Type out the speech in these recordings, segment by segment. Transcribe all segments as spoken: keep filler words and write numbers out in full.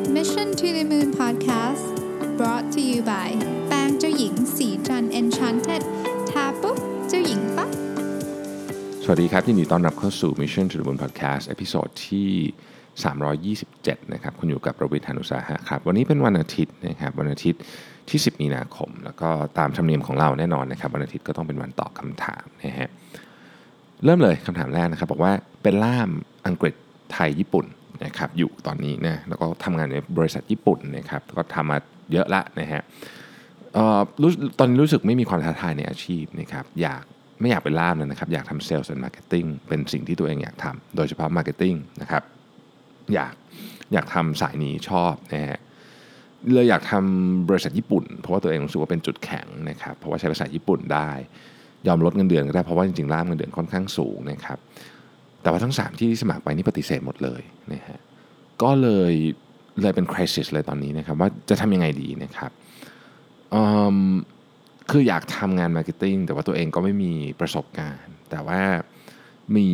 Mission to the Moon Podcast brought to you by แป้งเจ้าหญิงสีจัน Enchanted ทาปุ๊บเจ้าหญิงปั๊บสวัสดีครับยินดีต้อนรับเข้าสู่ Mission to the Moon Podcast เอพิโซดที่สามร้อยยี่สิบเจ็ดนะครับคุณอยู่กับประวิทย์ หาญอุตสาหะครับวันนี้เป็นวันอาทิตย์นะครับวันอาทิตย์ที่สิบมีนาคมแล้วก็ตามธรรมเนียมของเราแน่นอนนะครับวันอาทิตย์ก็ต้องเป็นวันตอบคำถามนะฮะเริ่มเลยคำถามแรกนะครับบอกว่าเป็นล่ามอังกฤษไทยญี่ปุ่นนะครับอยู่ตอนนี้นะแล้วก็ทำงานในบริษัทญี่ปุ่นนะครับก็ทำมาเยอะละนะฮะเอ่อรู้ตอนนี้รู้สึกไม่มีความท้าทายในอาชีพนะครับอยากไม่อยากเป็นล่ามเลยนะครับอยากทำเซลล์และมาร์เก็ตติ้งเป็นสิ่งที่ตัวเองอยากทำโดยเฉพาะมาร์เก็ตติ้งนะครับอยากอยากทำสายนี้ชอบนะฮะเลยอยากทำบริษัทญี่ปุ่นเพราะว่าตัวเองรู้สึกว่าเป็นจุดแข็งนะครับเพราะว่าใช้ภาษาญี่ปุ่นได้ยอมลดเงินเดือนก็ได้เพราะว่าจริงๆล่ามเงินเดือนค่อนข้างสูงนะครับแต่ว่าทั้งสามที่ที่สมัครไปนี่ปฏิเสธหมดเลยนะฮะก็เลยเลยเป็นคริสิสเลยตอนนี้นะครับว่าจะทำยังไงดีนะครับคืออยากทำงานมาร์เก็ตติ้งแต่ว่าตัวเองก็ไม่มีประสบการณ์แต่ว่ามี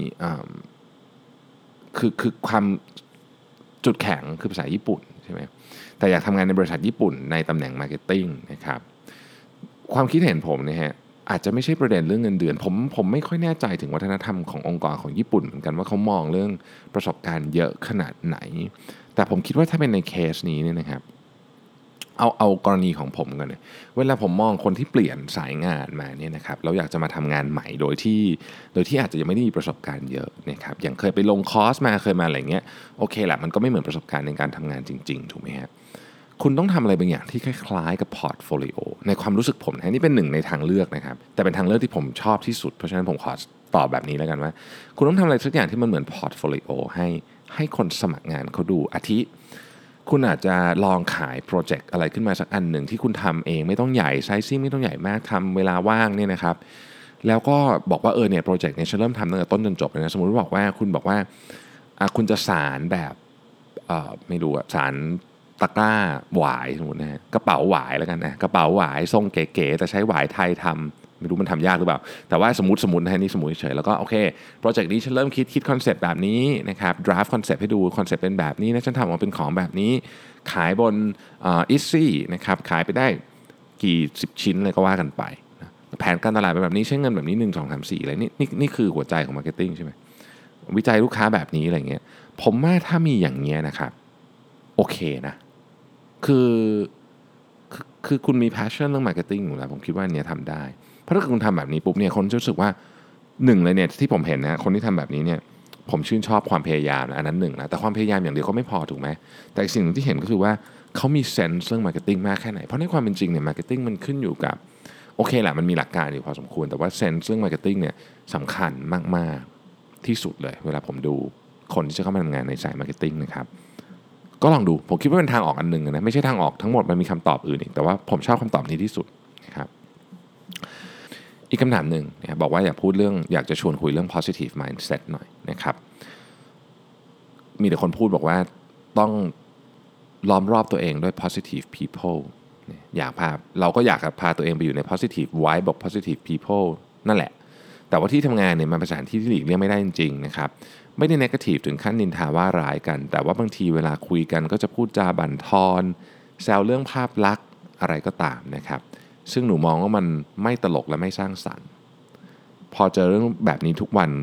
คือคือความจุดแข็งคือภาษาญี่ปุ่นใช่ไหมแต่อยากทำงานในบริษัทญี่ปุ่นในตำแหน่งมาร์เก็ตติ้งนะครับความคิดเห็นผมเนี่ยฮะอาจจะไม่ใช่ประเด็นเรื่องเงินเดือนผมผมไม่ค่อยแน่ใจถึงวัฒนธรรมขององค์กรของญี่ปุ่นเหมือนกันว่าเขามองเรื่องประสบการณ์เยอะขนาดไหนแต่ผมคิดว่าถ้าเป็นในเคสนี้เนี่ยนะครับเอาเอากรณีของผมก่อนเลยเวลาผมมองคนที่เปลี่ยนสายงานมาเนี่ยนะครับแล้วอยากจะมาทำงานใหม่โดยที่โดยที่อาจจะยังไม่ได้มีประสบการณ์เยอะนะครับอย่างเคยไปลงคอร์สมาเคยมาอะไรเงี้ยโอเคแหละมันก็ไม่เหมือนประสบการณ์ในการทำงานจริงๆถูกไหมฮะคุณต้องทำอะไรบางอย่างที่คล้ายๆกับพอร์ตโฟลิโอในความรู้สึกผมนะนี่เป็นหนึ่งในทางเลือกนะครับแต่เป็นทางเลือกที่ผมชอบที่สุดเพราะฉะนั้นผมขอตอบแบบนี้แล้วกันว่าคุณต้องทำอะไรสักอย่างที่มันเหมือนพอร์ตโฟลิโอให้ให้คนสมัครงานเขาดูอาทิคุณอาจจะลองขายโปรเจกต์อะไรขึ้นมาสักอันหนึ่งที่คุณทำเองไม่ต้องใหญ่ไซซิ่งไม่ต้องใหญ่มากทำเวลาว่างเนี่ยนะครับแล้วก็บอกว่าเออเนี่ยโปรเจกต์เนี่ยฉันเริ่มทำตั้งแต่ต้นจนจบเลยนะสมมุติว่าบอกว่าคุณบอกว่าคุณจะสารแบบไม่รู้อะสารตะกร้าหวายสมมตินะฮะกระเป๋าหวายแล้วกันนะกระเป๋าหวายทรงเก๋ๆแต่ใช้หวายไทยทำไม่รู้มันทำยากหรือเปล่าแต่ว่าสมมติสมมตินะฮะนี่สมมติเฉยแล้วก็โอเคโปรเจกต์นี้ฉันเริ่มคิดคิดคอนเซปต์แบบนี้นะครับดราฟต์คอนเซปต์ให้ดูคอนเซปต์เป็นแบบนี้นะฉันทำออกมาเป็นของแบบนี้ขายบนอ่า Etsy นะครับขายไปได้กี่สิบชิ้นเลยก็ว่ากันไปนะแผนการตลาดเป็นแบบนี้ใช้เงินแบบนี้หนึ่ง สอง สาม สี่อะไรนี่นี่นี่คือหัวใจของมาร์เก็ตติ้งใช่ไหมวิจัยลูกค้าแบบนี้อะไรเงี้ยผมว่าถ้ามีอย่างเงี้ยนะครับโอเคนะคือคือคือคุณมี passion เรื่อง marketing อยู่แล้วผมคิดว่าอันเนี้ยทำได้เพราะถ้าคุณทำแบบนี้ปุ๊บเนี่ยคนจะรู้สึกว่าหนึ่งเลยเนี่ยที่ผมเห็นนะคนที่ทำแบบนี้เนี่ยผมชื่นชอบความพยายามนะอันนั้นหนึ่งนะแต่ความพยายามอย่างเดียวก็ไม่พอถูกไหมแต่สิ่งที่เห็นก็คือว่าเขามีเซนส์เรื่อง marketing มากแค่ไหนเพราะในความเป็นจริงเนี่ย marketing มันขึ้นอยู่กับโอเคแหละมันมีหลักการอยู่พอสมควรแต่ว่าเซนส์เรื่อง marketing เนี่ยสำคัญมากๆที่สุดเลยเวลาผมดูคนที่จะเข้ามาทำงานในสาย marketing นะครับก็ลองดูผมคิดว่าเป็นทางออกอันหนึ่งนะไม่ใช่ทางออกทั้งหมดมันมีคำตอบอื่นอีกแต่ว่าผมชอบคำตอบนี้ที่สุดนะครับอีกคำถามหนึ่งนะบอกว่าอยากพูดเรื่องอยากจะชวนคุยเรื่อง positive mindset หน่อยนะครับมีแต่คนพูดบอกว่าต้องล้อมรอบตัวเองด้วย positive people อยากพาเราก็อยากพาตัวเองไปอยู่ใน positive vibe บอก positive people นั่นแหละแต่ว่าที่ทำงานเนี่ยมันเป็นสถานที่ที่หลีกเลี่ยงไม่ได้จริงๆนะครับไม่ได้เนกาทีฟถึงขั้นนินทาว่าร้ายกันแต่ว่าบางทีเวลาคุยกันก็จะพูดจาบั่นทอนแซวเรื่องภาพลักษณ์อะไรก็ตามนะครับซึ่งหนูมองว่ามันไม่ตลกและไม่สร้างสรรค์พอเจอเรื่องแบบนี้ทุกวัน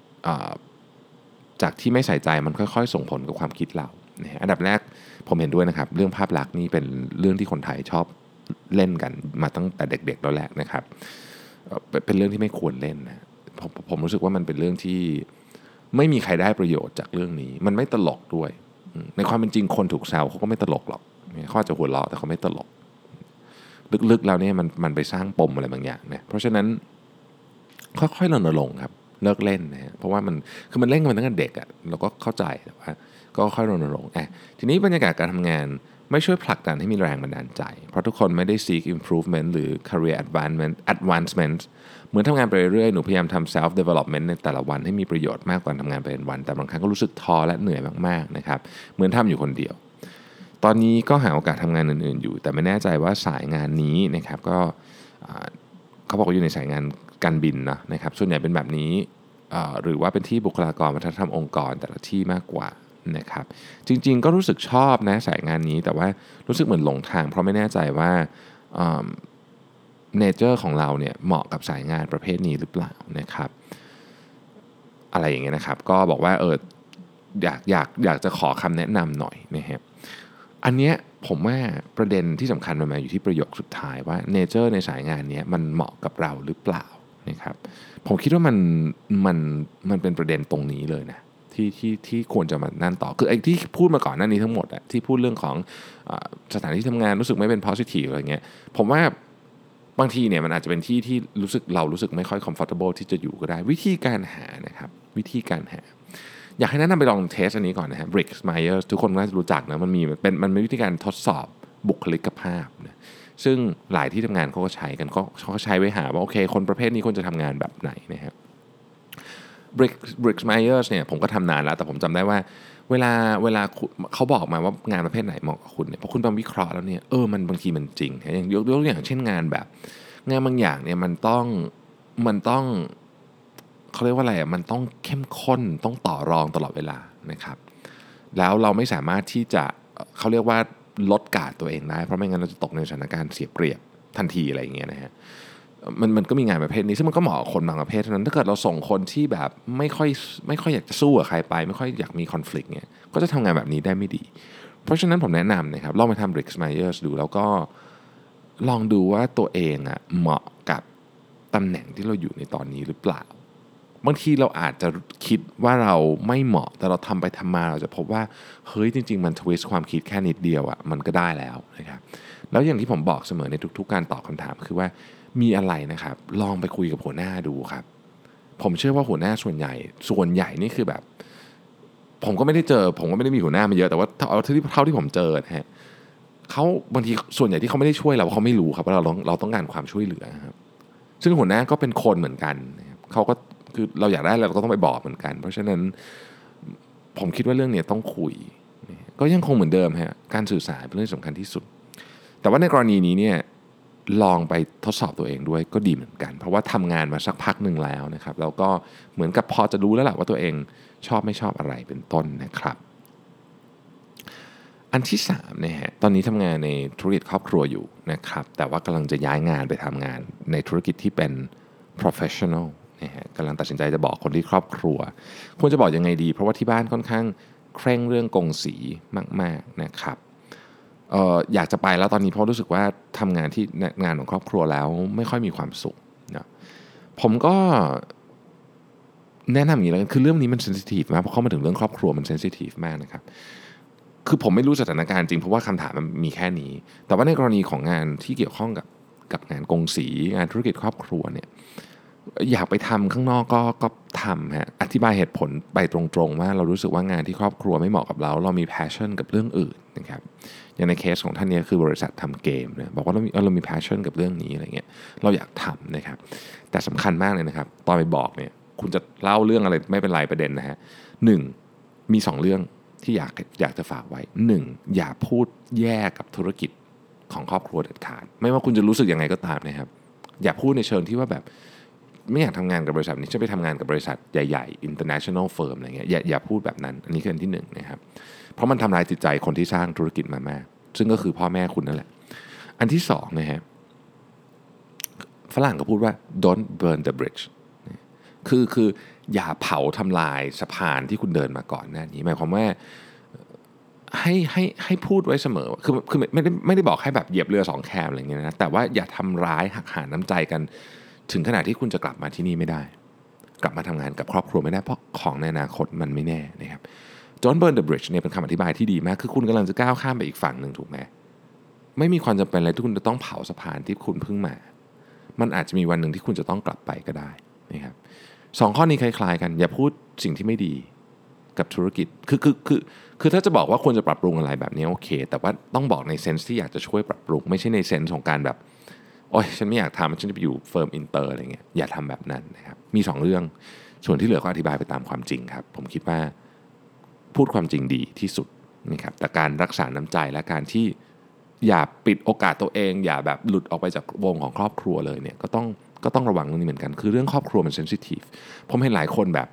จากที่ไม่ใส่ใจมันค่อยๆส่งผลกับความคิดเราอันดับแรกผมเห็นด้วยนะครับเรื่องภาพลักษณ์นี่เป็นเรื่องที่คนไทยชอบเล่นกันมาตั้งแต่เด็กๆแล้วแหละนะครับเป็นเรื่องที่ไม่ควรเล่นนะผมผมรู้สึกว่ามันเป็นเรื่องที่ไม่มีใครได้ประโยชน์จากเรื่องนี้มันไม่ตลกด้วยในความเป็นจริงคนถูกแซวเขาก็ไม่ตลกหรอกเขาอาจจะหัวเราะแต่เขาไม่ตลกลึกๆแล้วเนี่ยมันมันไปสร้างปมอะไรบางอย่างนะเพราะฉะนั้นค่อยๆรณรงค์ครับเลิกเล่นนะฮะเพราะว่ามันคือมันเล่นกันมาตั้งแต่เด็กอ่ะเราก็เข้าใจแต่ว่าก็ค่อยรณรงค์อ่ะทีนี้บรรยากาศการทำงานไม่ช่วยผลักดันให้มีแรงบันดาลใจเพราะทุกคนไม่ได้ seek improvement หรือ career advancement advancement เหมือนทำงานไปเรื่อยๆหนูพยายามทำ self development ในแต่ละวันให้มีประโยชน์มากกว่าทำงานไปวันแต่บางครั้งก็รู้สึกท้อและเหนื่อยมากๆนะครับเหมือนทำอยู่คนเดียวตอนนี้ก็หาโอกาสทำงานอื่นๆอยู่แต่ไม่แน่ใจว่าสายงานนี้นะครับก็เขาบอกว่าอยู่ในสายงานการบินนะนะครับส่วนใหญ่เป็นแบบนี้หรือว่าเป็นที่บุคลากรวัฒนธรรมองค์กรแต่ละที่มากกว่านะครับจริงๆก็รู้สึกชอบนะสายงานนี้แต่ว่ารู้สึกเหมือนหลงทางเพราะไม่แน่ใจว่าเนเจอร์ของเราเนี่ยเหมาะกับสายงานประเภทนี้หรือเปล่านะครับอะไรอย่างเงี้ยนะครับก็บอกว่าเอออยากอยากอยากจะขอคำแนะนำหน่อยนะครับอันเนี้ยผมว่าประเด็นที่สำคัญมันมาอยู่ที่ประโยคสุดท้ายว่าเนเจอร์ในสายงานนี้มันเหมาะกับเราหรือเปล่านะครับผมคิดว่ามันมันมันเป็นประเด็นตรงนี้เลยนะที่ที่ที่ควรจะมานั่นต่อคือไอ้ที่พูดมาก่อนหน้านี้ทั้งหมดอะที่พูดเรื่องของสถานที่ทำงานรู้สึกไม่เป็น positive อะไรเงี้ยผมว่าบางทีเนี่ยมันอาจจะเป็นที่ที่รู้สึกเรารู้สึกไม่ค่อย comfortable ที่จะอยู่ก็ได้วิธีการหานะครับวิธีการหาอยากให้แนะนำไปลองเทสอันนี้ก่อนนะฮะ Briggs Myers ทุกคนน่าจะรู้จักนะมันมีเป็นมันเป็นวิธีการทดสอบบุคลิกภาพนะซึ่งหลายที่ทำงานเขาก็ใช้กันเขาก็ใช้ไว้หาว่าโอเคคนประเภทนี้ควรจะทำงานแบบไหนนะครับ Briggs Briggs Myers เนี่ยผมก็ทำนานแล้วแต่ผมจำได้ว่าเวลาเวลาเขาบอกมาว่างานประเภทไหนเหมาะกับคุณเนี่ยพอคุณไปวิเคราะห์แล้วเนี่ยเออมันบางทีมันจริงอย่างยกตัวอย่างเช่นงานแบบงานบางอย่างเนี่ยมันต้องมันต้องเขาเรียกว่าอะไรอ่ะมันต้องเข้มข้นต้องต่อรองตลอดเวลานะครับแล้วเราไม่สามารถที่จะเขาเรียกว่าลดการ์ดตัวเองได้เพราะไม่งั้นเราจะตกในสถานการณ์เสียเปรียบทันทีอะไรอย่างเงี้ยนะฮะมันมันก็มีงานประเภทนี้ซึ่งมันก็เหมาะกับคนบางประเภทเท่านั้นถ้าเกิดเราส่งคนที่แบบไม่ค่อยไม่ค่อยอยากจะสู้กับใครไปไม่ค่อยอยากมีคอนฟลิกต์เนี่ยก็จะทำงานแบบนี้ได้ไม่ดีเพราะฉะนั้นผมแนะนำนะครับลองไปทำ Briggs Myers ดูแล้วก็ลองดูว่าตัวเองอ่ะเหมาะกับตำแหน่งที่เราอยู่ในตอนนี้หรือเปล่าบางทีเราอาจจะคิดว่าเราไม่เหมาะแต่เราทำไปทำมาเราจะพบว่าเฮ้ยจริงๆมันทวิสต์ความคิดแค่นิดเดียวอ่ะมันก็ได้แล้วนะครับแล้วอย่างที่ผมบอกเสมอในทุกๆการตอบคำถามคือว่ามีอะไรนะครับลองไปคุยกับหัวหน้าดูครับผมเชื่อว่าหัวหน้าส่วนใหญ่ส่วนใหญ่นี่คือแบบผมก็ไม่ได้เจอผมก็ไม่ได้มีหัวหน้ามาเยอะแต่ว่าเอาเท่าที่เท่าที่ผมเจอนะฮะเขาบางทีส่วนใหญ่ที่เขาไม่ได้ช่วยเราเขาไม่รู้ครับว่าเราต้องเราต้องการความช่วยเหลือครับซึ่งหัวหน้าก็เป็นคนเหมือนกันเขาก็คือเราอยากได้อะไรเราก็ต้องไปบอกเหมือนกันเพราะฉะนั้นผมคิดว่าเรื่องนี้ต้องคุยก็ยังคงเหมือนเดิมฮะการสื่อสารเป็นเรื่องสำคัญที่สุดแต่ว่าในกรณีนี้เนี่ยลองไปทดสอบตัวเองด้วยก็ดีเหมือนกันเพราะว่าทำงานมาสักพักหนึ่งแล้วนะครับแล้วก็เหมือนกับพอจะรู้แล้วแหละว่าตัวเองชอบไม่ชอบอะไรเป็นต้นนะครับอันที่สามเนี่ยฮะตอนนี้ทำงานในธุรกิจครอบครัวอยู่นะครับแต่ว่ากำลังจะย้ายงานไปทำงานในธุรกิจที่เป็น professionalกำลังตัดสินใจจะบอกคนที่ครอบครัวควรจะบอกยังไงดีเพราะว่าที่บ้านค่อนข้างเคร่งเรื่องกงสีมากๆนะครับเอ่ออยากจะไปแล้วตอนนี้เพราะรู้สึกว่าทำงานที่งานของครอบครัวแล้วไม่ค่อยมีความสุขนะผมก็แนะนำอย่างนี้แล้วกันคือเรื่องนี้มันเซนซิทีฟมากเพราะเข้ามาถึงเรื่องครอบครัวมันเซนซิทีฟมากนะครับคือผมไม่รู้สถานการณ์จริงเพราะว่าคำถามมันมีแค่นี้แต่ว่าในกรณีของงานที่เกี่ยวข้องกับกับงานกงสีงานธุรกิจครอบครัวเนี่ยอยากไปทำข้างนอกก็ก็ทำฮะอธิบายเหตุผลไปตรงๆว่าเรารู้สึกว่างานที่ครอบครัวไม่เหมาะกับเราเรามี passion กับเรื่องอื่นนะครับอย่างในเคสของท่านนี้คือบริษัททำเกมนะบอกว่าเรามีเรามี passion กับเรื่องนี้อะไรเงี้ยเราอยากทำนะครับแต่สำคัญมากเลยนะครับตอนไปบอกเนี่ยคุณจะเล่าเรื่องอะไรไม่เป็นไรประเด็นนะฮะหนึ่งมีสองเรื่องที่อยากอยากจะฝากไว้หนึ่งอย่าพูดแย่กับธุรกิจของครอบครัวเด็ดขาดไม่ว่าคุณจะรู้สึกยังไงก็ตามนะครับอย่าพูดในเชิงที่ว่าแบบไม่อยากทำงานกับบริษัทนี้จะไปทำงานกับบริษัทใหญ่ๆ international firm อะไรเงี้ยอย่าอย่าพูดแบบนั้นอันนี้คืออันที่หนึ่งนะครับเพราะมันทำลายจิตใจคนที่สร้างธุรกิจมามากซึ่งก็คือพ่อแม่คุณนั่นแหละอันที่สองนะฮะฝรั่งก็พูดว่า don't burn the bridge คือคืออย่าเผาทำลายสะพานที่คุณเดินมาก่อนหน้านี้หมายความว่าให้ให้ให้พูดไว้เสมอคือคือไม่ได้ไม่ได้บอกให้แบบเหยียบเรือสองแคมอะไรเงี้ยนะแต่ว่าอย่าทำร้ายหักหาน้ำใจกันถึงขนาดที่คุณจะกลับมาที่นี่ไม่ได้กลับมาทำงานกับครอบครัวไม่ได้เพราะของในอนาคตมันไม่แน่นะครับ Don't burn the bridge เนี่ยเป็นคำอธิบายที่ดีมากคือคุณกำลังจะก้าวข้ามไปอีกฝั่งหนึ่งถูกไหมไม่มีความจำเป็นอะไรที่คุณจะต้องเผาสะพานที่คุณเพิ่งมามันอาจจะมีวันหนึ่งที่คุณจะต้องกลับไปก็ได้นะครับสองข้อนี้คล้ายๆกันอย่าพูดสิ่งที่ไม่ดีกับธุรกิจคือคือคือคือถ้าจะบอกว่าควรจะปรับปรุงอะไรแบบนี้โอเคแต่ว่าต้องบอกในเซนส์ที่อยากจะช่วยปรับปรุงไม่ใช่ในเซนส์ของการแบบโอ๊ยฉันไม่อยากทำฉันจะไปอยู่เฟิร์มอินเตอร์อะไรเงี้ยอย่าทำแบบนั้นนะครับมีสองเรื่องส่วนที่เหลือก็อธิบายไปตามความจริงครับผมคิดว่าพูดความจริงดีที่สุดนะครับแต่การรักษาน้ำใจและการที่อย่าปิดโอกาสตัวเองอย่าแบบหลุดออกไปจากวงของครอบครัวเลยเนี่ยก็ต้องก็ต้องระวังเรื่องนี้เหมือนกันคือเรื่องครอบครัวมันเซนซิทีฟผมเห็นหลายคนแบบ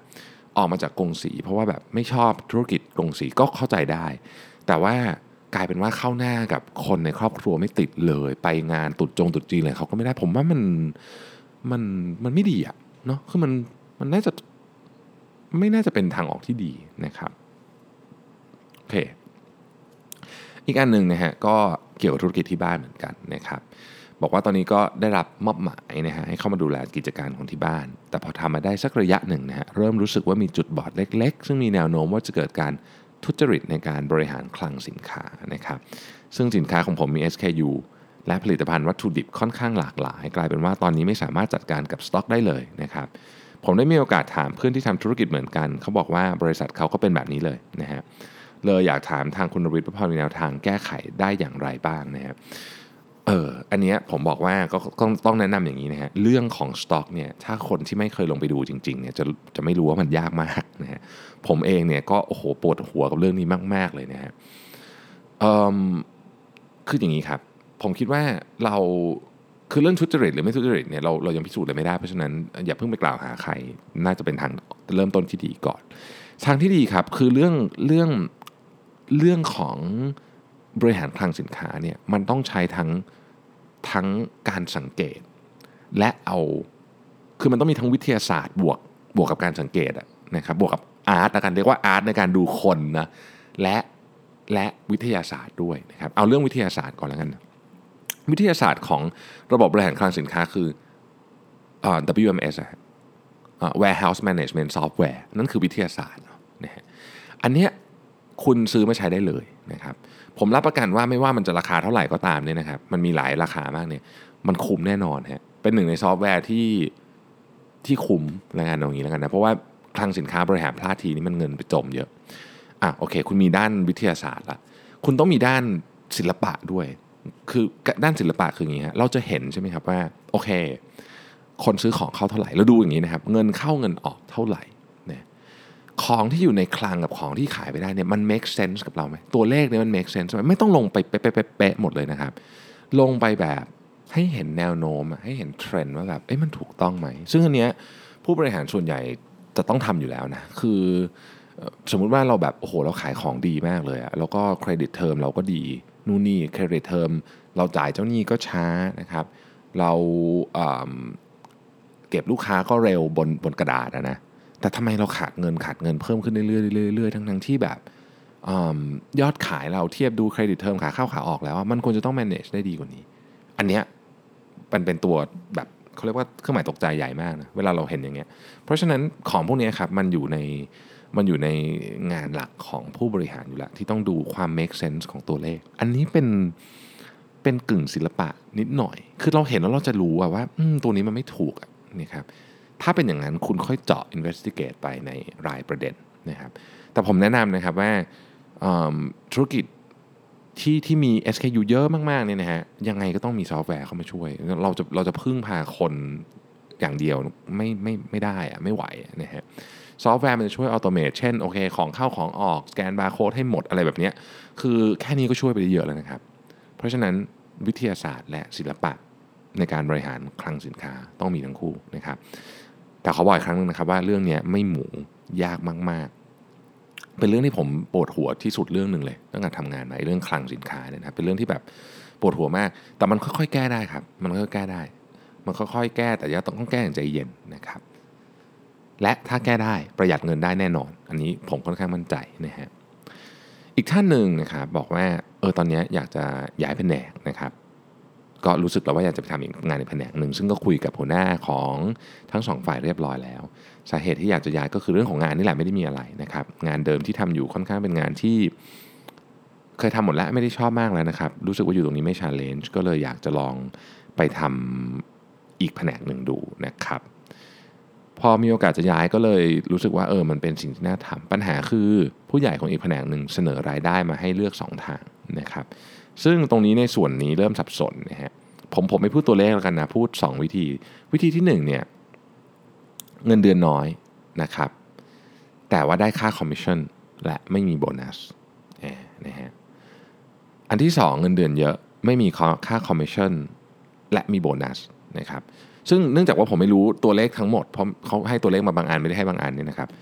ออกมาจากกงสีเพราะว่าแบบไม่ชอบธุรกิจกงสีก็เข้าใจได้แต่ว่ากลายเป็นว่าเข้าหน้ากับคนในครอบครัวไม่ติดเลยไปงานตุดจงตุดจีนเลยเขาก็ไม่ได้ผมว่ามันมันมันไม่ดีอะเนาะคือมันมันน่าจะไม่น่าจะเป็นทางออกที่ดีนะครับโอเคอีกอันหนึ่งนะฮะก็เกี่ยวกับธุรกิจที่บ้านเหมือนกันนะครับบอกว่าตอนนี้ก็ได้รับมอบหมายนะฮะให้เข้ามาดูแลกิจการของที่บ้านแต่พอทำมาได้สักระยะหนึ่งนะฮะเริ่มรู้สึกว่ามีจุดบอดเล็กๆซึ่งมีแนวโน้มว่าจะเกิดการทุจริตในการบริหารคลังสินค้านะครับซึ่งสินค้าของผมมี เอส เค ยู และผลิตภัณฑ์วัตถุดิบค่อนข้างหลากหลายกลายเป็นว่าตอนนี้ไม่สามารถจัดการกับสต็อกได้เลยนะครับผมได้มีโอกาสถามเพื่อนที่ทำธุรกิจเหมือนกันเขาบอกว่าบริษัทเขาก็เป็นแบบนี้เลยนะฮะเลยอยากถามทางคุณนฤทธิ์ว่าพอมีแนวทางแก้ไขได้อย่างไรบ้างนะครับเอออันเนี้ยผมบอกว่าก็ต้องต้องแนะนำอย่างนี้นะฮะเรื่องของสต็อกเนี่ยถ้าคนที่ไม่เคยลงไปดูจริงๆเนี่ยจะจะไม่รู้ว่ามันยากมากนะฮะผมเองเนี่ยก็โอ้โหปวดหัวกับเรื่องนี้มากๆเลยนะฮะเอ่อคืออย่างนี้ครับผมคิดว่าเราคือเรื่องทุจริตหรือไม่ทุจริตเนี่ยเราเรายังพิสูจน์เลยไม่ได้เพราะฉะนั้นอย่าเพิ่งไปกล่าวหาใครน่าจะเป็นทางเริ่มต้นที่ดีก่อนทางที่ดีครับคือเรื่องเรื่องเรื่องของบริหารคลังสินค้าเนี่ยมันต้องใช้ทั้งทั้งการสังเกตและเอาคือมันต้องมีทั้งวิทยาศาสตร์บวกบวกกับการสังเกตนะครับบวกกับอาร์ตละกันเรียกว่าอาร์ตในการดูคนนะและและวิทยาศาสตร์ด้วยนะครับเอาเรื่องวิทยาศาสตร์ก่อนแล้วกันวิทยาศาสตร์ของระบบบริหารคลังสินค้าคือเอ่อ ดับเบิลยู เอ็ม เอส อ่ะ Warehouse Management Software นั่นคือวิทยาศาสตร์นะฮะอันเนี้ยคุณซื้อมาใช้ได้เลยนะครับผมรับประกันว่าไม่ว่ามันจะราคาเท่าไหร่ก็ตามเนี่ยนะครับมันมีหลายราคามากเนี่ยมันคุ้มแน่นอนฮะเป็นหนึ่งในซอฟต์แวร์ที่ที่คุ้มแล้วกันอย่างนี้แล้วกันนะเพราะว่าคลังสินค้าบริหารพลาดทีนี้มันเงินไปจมเยอะอ่ะโอเคคุณมีด้านวิทยาศาสตร์ละคุณต้องมีด้านศิลปะด้วยคือด้านศิลปะคืออย่างนี้ฮะเราจะเห็นใช่ไหมครับว่าโอเคคนซื้อของเข้าเท่าไหร่แล้วดูอย่างนี้นะครับเงินเข้าเงินออกเท่าไหร่เนี่ยของที่อยู่ในคลังกับของที่ขายไปได้เนี่ยมัน make sense กับเราไหมตัวเลขเนี่ยมัน make sense ไหมไม่ต้องลงไปเป๊ะๆหมดเลยนะครับลงไปแบบให้เห็นแนวโน้มให้เห็นเทรนด์ว่าแบบเอ๊ะมันถูกต้องไหมซึ่งอันเนี้ยผู้บริหารส่วนใหญ่จะต้องทำอยู่แล้วนะคือสมมุติว่าเราแบบโอ้โหเราขายของดีมากเลยอะแล้วก็เครดิตเทอมเราก็ดีนู่นนี่เครดิตเทอมเราจ่ายเจ้าหนี้ก็ช้านะครับเราเเก็บลูกค้าก็เร็วบนบนกระดาษนะแต่ทำไมเราขาดเงินขาดเงินเพิ่มขึ้นเรื่อยๆเรื่อยๆทั้งๆที่แบบยอดขายเราเทียบดูเครดิตเทอมขาเข้าขาออกแล้วมันควรจะต้อง manage ได้ดีกว่านี้อันเนี้ยมันเป็นตัวแบบเขาเรียกว่าเครื่องหมายตกใจใหญ่มากนะเวลาเราเห็นอย่างเงี้ยเพราะฉะนั้นของพวกนี้ครับมันอยู่ในมันอยู่ในงานหลักของผู้บริหารอยู่แล้วที่ต้องดูความ make sense ของตัวเลขอันนี้เป็นเป็นกึ่งศิลปะนิดหน่อยคือเราเห็นแล้วเราจะรู้ว่าตัวนี้มันไม่ถูกนี่ครับถ้าเป็นอย่างนั้นคุณค่อยเจาะ investigate ไปในรายประเด็นนะครับแต่ผมแนะนำนะครับว่าธุรกิจที่ที่มี เอส เค ยู เยอะมากๆเนี่ยนะฮะยังไงก็ต้องมีซอฟต์แวร์เข้ามาช่วยเราจะเราจะพึ่งพาคนอย่างเดียวไม่ไม่ไม่ได้อะไม่ไหวนะฮะซอฟต์แวร์มันจะช่วยออโตเมตเช่นโอเคของเข้าของออกสแกนบาร์โค้ดให้หมดอะไรแบบนี้คือแค่นี้ก็ช่วยไปได้เยอะแล้วนะครับเพราะฉะนั้นวิทยาศาสตร์และศิลปะในการบริหารคลังสินค้าต้องมีทั้งคู่นะครับแต่ขอบอกอีกครั้งนึงนะครับว่าเรื่องนี้ไม่หมูยากมากๆเป็นเรื่องที่ผมปวดหัวที่สุดเรื่องนึงเลยตั้งแต่ทำงานมาเรื่องคลังสินค้าเนี่ยนะเป็นเรื่องที่แบบปวดหัวมากแต่มันค่อยๆแก้ได้ครับมันค่อยๆแก้ได้มันค่อยๆแก้แต่ยังต้องแก้อย่างใจเย็นนะครับและถ้าแก้ได้ประหยัดเงินได้แน่นอนอันนี้ผมค่อนข้างมั่นใจนะฮะอีกท่านหนึ่งนะครับบอกว่าเออตอนนี้อยากจะย้ายแผนกนะครับก็รู้สึกแล้วว่าอยากจะไปทำอีกงานในแผนกหนึ่งซึ่งก็คุยกับหัวหน้าของทั้งสองฝ่ายเรียบร้อยแล้วสาเหตุที่อยากจะย้ายก็คือเรื่องของงานนี่แหละไม่ได้มีอะไรนะครับงานเดิมที่ทำอยู่ค่อนข้างเป็นงานที่เคยทำหมดแล้วไม่ได้ชอบมากแล้วนะครับรู้สึกว่าอยู่ตรงนี้ไม่ challenge ก็เลยอยากจะลองไปทำอีกแผนกหนึ่งดูนะครับพอมีโอกาสจะย้ายก็เลยรู้สึกว่าเออมันเป็นสิ่งที่น่าทำปัญหาคือผู้ใหญ่ของอีกแผนกหนึ่งเสนอรายได้มาให้เลือกสองทางนะครับซึ่งตรงนี้ในส่วนนี้เริ่มสับสนนะฮะผมผมไม่พูดตัวเลขแล้วกันนะพูดสองวิธีวิธีที่หนึ่งเนี่ยเงินเดือนน้อยนะครับแต่ว่าได้ค่าคอมมิชชั่นและไม่มีโบนัสนะฮะอันที่สองเงินเดือนเยอะไม่มีค่าคอมมิชชั่นและมีโบนัสนะครับซึ่งเนื่องจากว่าผมไม่รู้ตัวเลขทั้งหมดเพราะเขาให้ตัวเลขมาบางอันไม่ได้ให้บางอันนี่นะครับ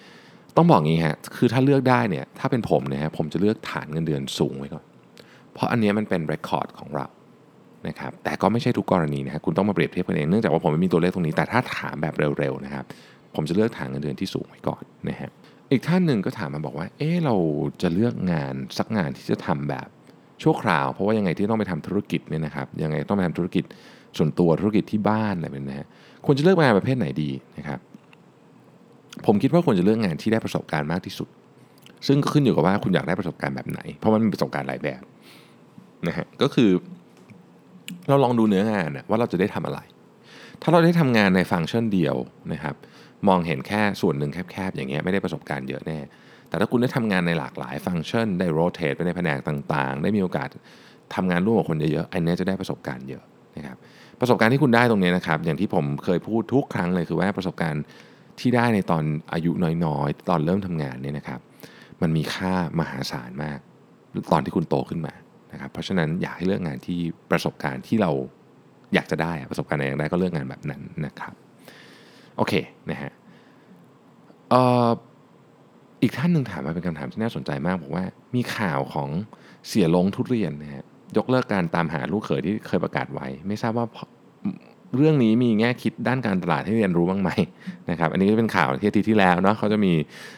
ต้องบอกงี้ฮะคือถ้าเลือกได้เนี่ยถ้าเป็นผมเนี่ยฮะผมจะเลือกฐานเงินเดือนสูงไว้ก่อนเพราะอันนี้มันเป็นเรคคอร์ดของเรานะครับแต่ก็ไม่ใช่ทุกกรณีนะฮะคุณต้องมาเปรียบเทียบกันเองเนื่องจากว่าผมไม่มีตัวเลขตรงนี้แต่ถ้าถามแบบเร็วๆนะครับผมจะเลือกฐานเงินเดือนที่สูงไว้ก่อนนะฮะอีกท่านหนึ่งก็ถามมาบอกว่าเออเราจะเลือกงานสักงานที่จะทำแบบชั่วคราวเพราะว่ายังไงที่ต้องไปทำธุรกิจเนี่ยนะครับยังไงต้องไปทำธุรกิจส่วนตัวธุรกิจที่บ้านอะไรแบบนี้นะฮะควรจะเลือกงานประเภทไหนดีนะครับผมคิดว่าควรจะเลือกงานที่ได้ประสบการณ์มากที่สุดซึ่งก็ขึ้นอยู่กับว่าคุณอยากได้ประสบการณ์แบบไหนเพราะมันมีประสบการณ์หลายแบบนะฮะก็คือเราลองดูเนื้องานว่าเราจะได้ทำอะไรถ้าเราได้ทำงานในฟังก์ชันเดียวนะครับมองเห็นแค่ส่วนหนึ่งแคบๆอย่างเงี้ยไม่ได้ประสบการณ์เยอะแน่แต่ถ้าคุณได้ทำงานในหลากหลายฟังก์ชันได้โรเตทไปในแผนกต่างๆได้มีโอกาสทำงานร่วมกับคนเยอะๆอันนี้จะได้ประสบการณ์เยอะนะครับประสบการณ์ที่คุณได้ตรงนี้นะครับอย่างที่ผมเคยพูดทุกครั้งเลยคือว่าประสบการณ์ที่ได้ในตอนอายุน้อยๆตอนเริ่มทำงานเนี่ยนะครับมันมีค่ามหาศาลมากตอนที่คุณโตขึ้นมานะครับเพราะฉะนั้นอยากให้เลือกงานที่ประสบการณ์ที่เราอยากจะได้ประสบการณ์ไหนอยากได้ก็เลือกงานแบบนั้นนะครับโอเคนะฮะเอ่ออีกท่านหนึ่งถามมาเป็นคำถามที่น่าสนใจมากบอกว่ามีข่าวของเสียลงทุเรียนนะฮะยกเลิกการตามหาลูกเขยที่เคยประกาศไว้ไม่ทราบว่าเรื่องนี้มีแง่คิดด้านการตลาดให้เรียนรู้บ้างไหมนะครับอันนี้ก็เป็นข่าวที่อาทิตย์ที่แล้วเนาะเขาจะมี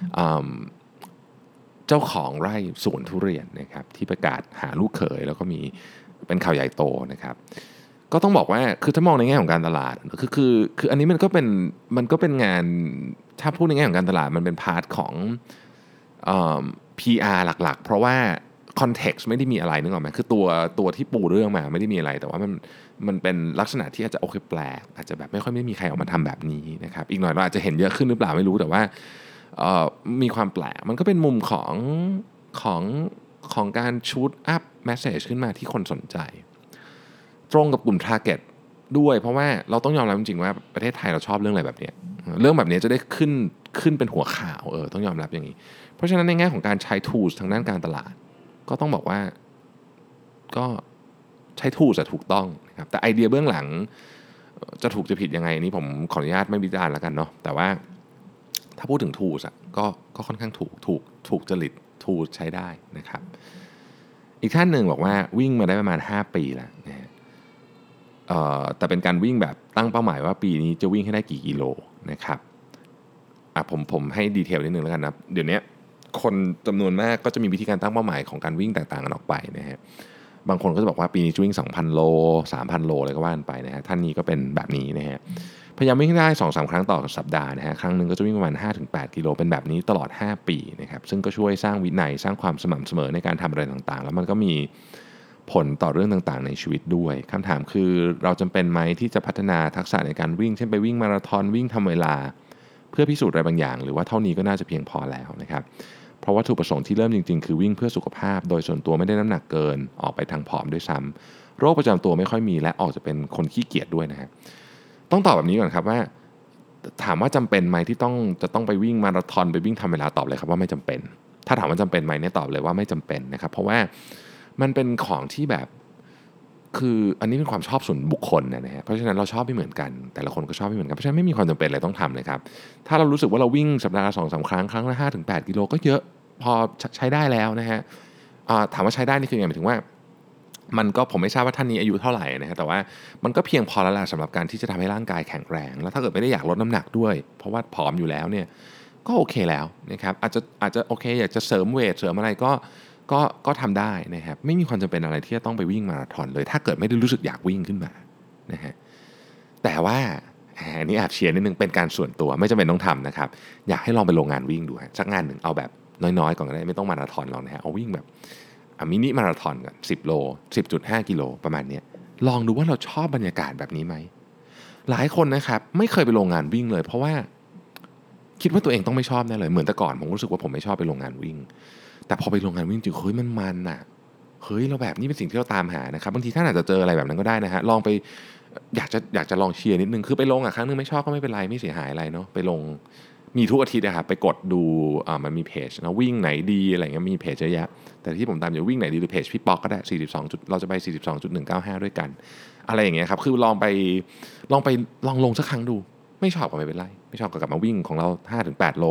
เจ้าของไร่สวนทุเรียนนะครับที่ประกาศหาลูกเขยแล้วก็มีเป็นข่าวใหญ่โตนะครับก็ต้องบอกว่าคือถ้ามองในแง่ของการตลาดคือคือคืออันนี้มันก็เป็นมันก็เป็นงานถ้าพูดในแง่ของการตลาดมันเป็นพาร์ทของเอ่อ พี อาร์ หลักๆเพราะว่าคอนเท็กซ์ไม่ได้มีอะไรนึกออกไหมคือตัวตัวที่ปูเรื่องมาไม่ได้มีอะไรแต่ว่ามันมันเป็นลักษณะที่อาจจะโอเคแปลกอาจจะแบบไม่ค่อยไม่มีใครออกมาทำแบบนี้นะครับอีกหน่อยเราอาจจะเห็นเยอะขึ้นหรือเปล่าไม่รู้แต่ว่ามีความแปลกมันก็เป็นมุมของของของการชูตอัพแมสเสจขึ้นมาที่คนสนใจตรงกับกลุ่ม target ด้วยเพราะว่าเราต้องยอมรับจริงๆว่าประเทศไทยเราชอบเรื่องอะไรแบบนี้เรื่องแบบนี้จะได้ขึ้นขึ้นเป็นหัวข่าวเออต้องยอมรับอย่างนี้เพราะฉะนั้นในแง่ของการใช้ tools ทางด้านการตลาดก็ต้องบอกว่าก็ใช้ tools จะถูกต้องนะครับแต่ไอเดียเบื้องหลังจะถูกจะผิดยังไงนี่ผมขออนุญาตไม่วิจารณ์แล้วกันเนาะแต่ว่าถ้าพูดถึง tools อ่ะก็ก็ค่อนข้างถูกถูกถูกจริต tools ใช้ได้นะครับอีกท่านหนึ่งบอกว่าวิ่งมาได้ประมาณห้าปีแล้วนะฮะเอ่อแต่เป็นการวิ่งแบบตั้งเป้าหมายว่าปีนี้จะวิ่งให้ได้กี่กิโลนะครับอ่ะผมผมให้ดีเทลนิดนึงแล้วกันนะเดี๋ยวนี้คนจำนวนมากก็จะมีวิธีการตั้งเป้าหมายของการวิ่งแตกต่างกันออกไปนะฮะบางคนก็จะบอกว่าปีนี้จะวิ่ง สองพัน โล สามพัน โลอะไรก็ว่ากันไปนะฮะท่านนี้ก็เป็นแบบนี้นะฮะพยายามวิ่งได้ สองถึงสาม ครั้งต่อสัปดาห์นะฮะครั้งนึงก็จะวิ่งประมาณ ห้าถึงแปด กิโลเป็นแบบนี้ตลอดห้าปีนะครับซึ่งก็ช่วยสร้างวินัยสร้างความสม่ำเสมอในการทำอะไรต่างๆแล้วมันก็มีผลต่อเรื่องต่างๆในชีวิตด้วยคำถามคือเราจำเป็นไหมที่จะพัฒนาทักษะในการวิ่งเช่นไปวิ่งมาราธอนวิ่งทำเวลาเพื่อพิสูจน์อะไรบางอย่างหรือว่าเท่านี้ก็น่าจะเพียงพอแล้วนะครับเพราะวัตถุประสงค์ที่เริ่มจริงๆคือวิ่งเพื่อสุขภาพโดยส่วนตัวไม่ได้น้ำหนักเกินออกไปทางผอมด้วยซ้ำโรคประจำตัวไม่ค่อยมีและออกจะเป็นคนขี้เกียจด้วยนะฮะต้องตอบแบบนี้ก่อนครับว่าถามว่าจำเป็นไหมที่ต้องจะต้องไปวิ่งมาราธอนไปวิ่งทำเวลาตอบเลยครับว่าไม่จำเป็นถ้าถามว่าจำเป็นไหมเนี่ยตอบเลยว่าไม่จำเป็นนะครับเพราะว่ามันเป็นของที่แบบคืออันนี้เป็นความชอบส่วนบุคคลนะฮะเพราะฉะนั้นเราชอบไม่เหมือนกันแต่ละคนก็ชอบไม่เหมือนกันเพราะฉะนั้นไม่มีความจำเป็นอะไรต้องทำเลยครับถ้าเรารู้สึกว่าเราวิ่งสัปดาห์ละ สองถึงสาม ครั้งครั้งละ ห้าถึงแปด กิโลก็เยอะพอใช้ได้แล้วนะฮะถามว่าใช้ได้นี่คือไงหมายถึงว่ามันก็ผมไม่ทราบว่าท่านนี้อายุเท่าไหร่นะฮะแต่ว่ามันก็เพียงพอแล้วล่ะสำหรับการที่จะทำให้ร่างกายแข็งแรงแล้วถ้าเกิดไม่ได้อยากลดน้ำหนักด้วยเพราะว่าผอมอยู่แล้วเนี่ยก็โอเคแล้วนะครับอาจจะอาจจะโอเคอยากจะเสริมเวทเสริมอะไรก็ก็ก็ทำได้นะครับไม่มีความจำเป็นอะไรที่จะต้องไปวิ่งมาราธอนเลยถ้าเกิดไม่ได้รู้สึกอยากวิ่งขึ้นมานะฮะแต่ว่าอันนี้แอบเชียร์นิดนึงเป็นการส่วนตัวไม่จำเป็นต้องทำนะครับอยากให้ลองไปลงงานวิ่งดูฮะสักงานหนึ่งเอาแบบน้อยๆก่อนก็ได้ไม่ต้องมาราธอนหรอกนะฮะเอาวิ่งแบบมินิมาราธอนก่อนสิบโล สิบจุดห้า กิโลประมาณนี้ลองดูว่าเราชอบบรรยากาศแบบนี้ไหมหลายคนนะครับไม่เคยไปลงงานวิ่งเลยเพราะว่าคิดว่าตัวเองต้องไม่ชอบแน่เลยเหมือนแต่ก่อนผมรู้สึกว่าผมไม่ชอบไปลงงานวิ่งแต่พอไปลงงานวิ่งจริงเฮ้ยมันมันอ่ะเฮ้ยเราแบบนี้เป็นสิ่งที่เราตามหานะครับบางทีท่านอาจจะเจออะไรแบบนั้นก็ได้นะฮะลองไปอยากจะอยากจะลองเชียร์นิดนึงคือไปลงอ่ะครั้งนึงไม่ชอบก็ไม่เป็นไรไม่เสียหายอะไรเนาะไปลงมีทุกอาทิตย์นะครับไปกดดูอ่ามันมีเพจนะวิ่งไหนดีอะไรเงี้ยมีเพจเยอะแยะแต่ที่ผมตามอยู่วิ่งไหนดีหรือเพจพี่ป๊อกก็ได้สี่สิบสองจุดเราจะไป สี่สิบสองจุดหนึ่งเก้าห้า ด้วยกันอะไรอย่างเงี้ยครับคือลองไปลองไปลองลงสักครั้งดูไม่ชอบก็ไม่เป็นไรไม่ชอบก็กลับมาวิ่งของเรา ห้าถึงแปด โล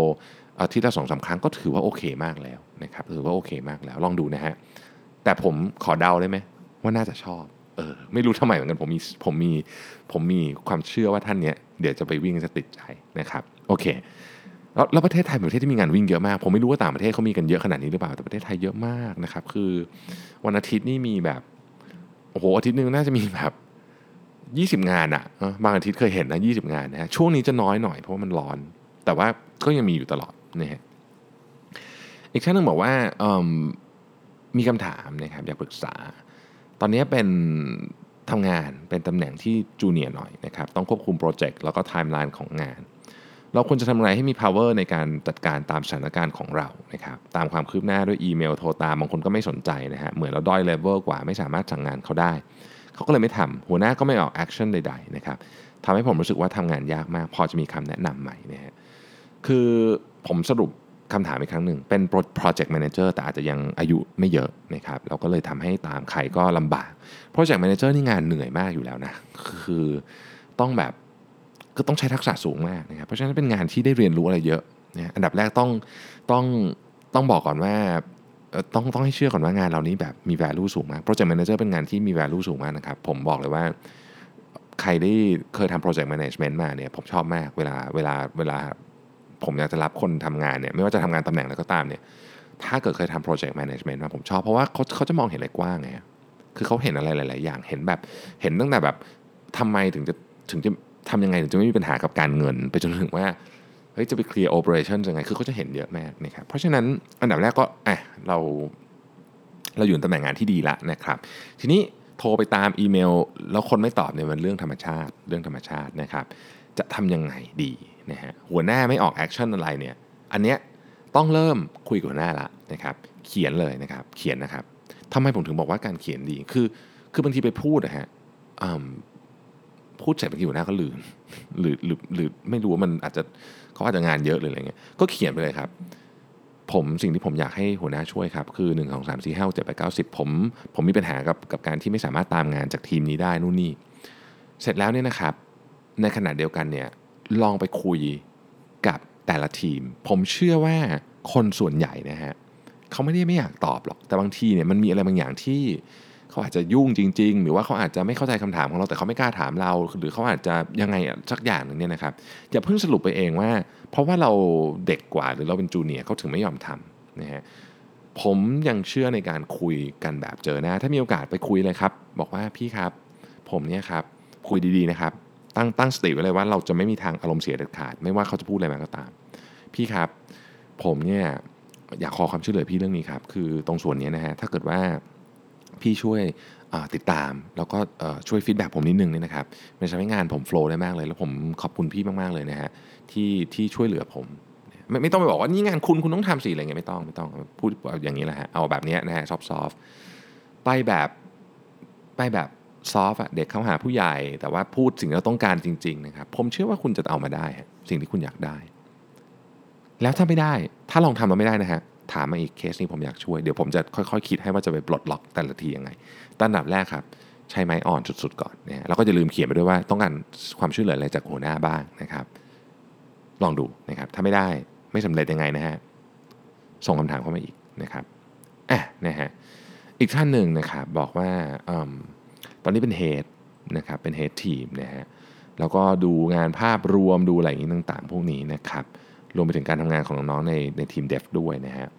อาทิตย์ละสองสามครั้งก็ถือว่าโอเคมากแล้วนะครับถือว่าโอเคมากแล้วลองดูนะฮะแต่ผมขอเดาได้ไหมว่าน่าจะชอบเออไม่รู้ทำไมเหมือนกันผมมีผมมีผมมีความเชื่อว่าท่านเนี้ยเดี๋ยวจะไปวิ่งจะติดใจนะครับโอเคแล้วแล้วประเทศไทยเป็นประเทศที่มีงานวิ่งเยอะมากผมไม่รู้ว่าต่างประเทศเขามีกันเยอะขนาดนี้หรือเปล่าแต่ประเทศไทยเยอะมากนะครับคือวันอาทิตย์นี่มีแบบโอ้โหอาทิตย์นึงน่าจะมีแบบยี่สิบงานอะบางอาทิตย์เคยเห็นนะยี่สิบงานนะฮะช่วงนี้จะน้อยหน่อยเพราะว่ามันร้อนแต่ว่าก็ยังมีอยู่ตลอดนะฮะอีกท่านหนึ่งบอกว่ามีคำถามนะครับอยากปรึกษาตอนนี้เป็นทำงานเป็นตำแหน่งที่จูเนียร์หน่อยนะครับต้องควบคุมโปรเจกต์แล้วก็ไทม์ไลน์ของงานเราควรจะทำอะไรให้มี power ในการจัดการตามสถานการณ์ของเรานะครับตามความคืบหน้าด้วยอีเมลโทรตามบางคนก็ไม่สนใจนะฮะเหมือนเราด้อยเลเวลกว่าไม่สามารถสั่งงานเขาได้เขาก็เลยไม่ทำหัวหน้าก็ไม่ออกแอคชั่นใดๆนะครับทำให้ผมรู้สึกว่าทำงานยากมากพอจะมีคำแนะนำไหมนะฮะคือผมสรุปคำถามอีกครั้งหนึ่งเป็น project manager แต่อาจจะยังอายุไม่เยอะนะครับเราก็เลยทำให้ตามใครก็ลำบาก project manager นี่งานเหนื่อยมากอยู่แล้วนะคือต้องแบบก็ต้องใช้ทักษะสูงมากนะครับเพราะฉะนั้นเป็นงานที่ได้เรียนรู้อะไรเยอะนะอันดับแรกต้องต้องต้องบอกก่อนว่าต้องต้องให้เชื่อก่อนว่างานเรานี้แบบมี value สูงมาก project manager เป็นงานที่มี value สูงมากนะครับผมบอกเลยว่าใครได้เคยทำ project management มาเนี่ยผมชอบมากเวลาเวลาเวลาผมอยากจะรับคนทำงานเนี่ยไม่ว่าจะทำงานตำแหน่งอะไรก็ตามเนี่ยถ้าเกิดเคยทำ project management มาผมชอบเพราะว่าเขาเขาจะมองเห็นอะไรกว้างไงคือเขาเห็นอะไรหลายๆอย่างเห็นแบบเห็นตั้งแต่แบบทำไมถึงจะถึงจะทำยังไงถึงจะไม่มีปัญหากับการเงินไปจนถึงว่าเฮ้ยจะไปเคลียร์ operation ยังไงคือเขาจะเห็นเยอะมากนะครับเพราะฉะนั้นอันดับแรกก็อ่ะเราเราอยู่ในตำแหน่งงานที่ดีละนะครับทีนี้โทรไปตามอีเมลแล้วคนไม่ตอบเนี่ยมันเรื่องธรรมชาติเรื่องธรรมชาตินะครับจะทำยังไงดีนะฮะหัวหน้าไม่ออกแอคชั่นอะไรเนี่ยอันเนี้ยต้องเริ่มคุยกับหัวหน้าละนะครับเขียนเลยนะครับเขียนนะครับทำไมผมถึงบอกว่าการเขียนดีคือคือบางทีไปพูดนะฮะพูดเสร็จบางทีหัวหน้าก็ลืมหรือหรือหรือไม่รู้ว่ามันอาจจะเขาอาจจะงานเยอะหรืออะไรเงี้ยก็เขียนไปเลยครับผมสิ่งที่ผมอยากให้หัวหน้าช่วยครับคือหนึ่ง สอง สาม สี่ ห้า หก เจ็ด แปด เก้า สิบผมผมมีปัญหากับกับการที่ไม่สามารถตามงานจากทีมนี้ได้นู่นนี่เสร็จแล้วเนี่ยนะครับในขณะเดียวกันเนี่ยลองไปคุยกับแต่ละทีมผมเชื่อว่าคนส่วนใหญ่นะฮะเขาไม่ได้ไม่อยากตอบหรอกแต่บางทีเนี่ยมันมีอะไรบางอย่างที่เขาอาจจะยุ่งจริงๆหรือว่าเขาอาจจะไม่เข้าใจคำถามของเราแต่เขาไม่กล้าถามเราหรือเขาอาจจะยังไงสักอย่างนึงเนี่ยนะครับอย่าเพิ่งสรุปไปเองว่าเพราะว่าเราเด็กกว่าหรือเราเป็นจูเนียร์เขาถึงไม่ยอมทำนะฮะผมยังเชื่อในการคุยกันแบบเจอหน้าถ้ามีโอกาสไปคุยเลยครับบอกว่าพี่ครับผมเนี่ยครับคุยดีๆนะครับตั้งตั้งสติไว้เลยว่าเราจะไม่มีทางอารมณ์เสียเด็ดขาดไม่ว่าเขาจะพูดอะไรมาก็ตามพี่ครับผมเนี่ยอยากขอความช่วยเหลือพี่เรื่องนี้ครับคือตรงส่วนนี้นะฮะถ้าเกิดว่าพี่ช่วยติดตามแล้วก็ช่วยฟีดแบ็กผมนิดนึงเนี่ยนะครับมันจะทำให้งานผมโฟลว์ได้มากเลยแล้วผมขอบคุณพี่มากๆเลยนะฮะที่ที่ช่วยเหลือผมไม่ไม่ต้องไปบอกว่านี่งานคุณคุณต้องทำสิอะไรเงี้ยไม่ต้องไม่ต้องพูดอย่างนี้แหละฮะเอาแบบนี้นะฮะซอฟต์ๆไปแบบไปแบบซอฟต์อ่ะเด็กเข้าหาผู้ใหญ่แต่ว่าพูดสิ่งที่เราต้องการจริงๆนะครับผมเชื่อว่าคุณจะเอามาได้สิ่งที่คุณอยากได้แล้วถ้าไม่ได้ถ้าลองทำแล้วไม่ได้นะฮะถามมาอีกเคสนี้ผมอยากช่วยเดี๋ยวผมจะค่อยๆคิดให้ว่าจะไปปลดล็อกแต่ละทียังไงตั้งแต่แรกครับใช้ไม้อ่อนสุดๆก่อนนะฮะแล้วก็จะลืมเขียนไปด้วยว่าต้องการความช่วยเหลืออะไรจากหัวหน้าบ้างนะครับลองดูนะครับถ้าไม่ได้ไม่สำเร็จยังไงนะฮะส่งคำถามเข้ามาอีกนะครับอ่ะนะฮะอีกท่านหนึ่งนะครับบอกว่าตอนนี้เป็นเฮดนะครับเป็นเฮดทีมนะฮะแล้วก็ดูงานภาพรวมดูอะไรอย่างนี้ต่างๆพวกนี้นะครับรวมไปถึงการทำงานของน้องๆในในทีมเดฟด้วยนะฮะ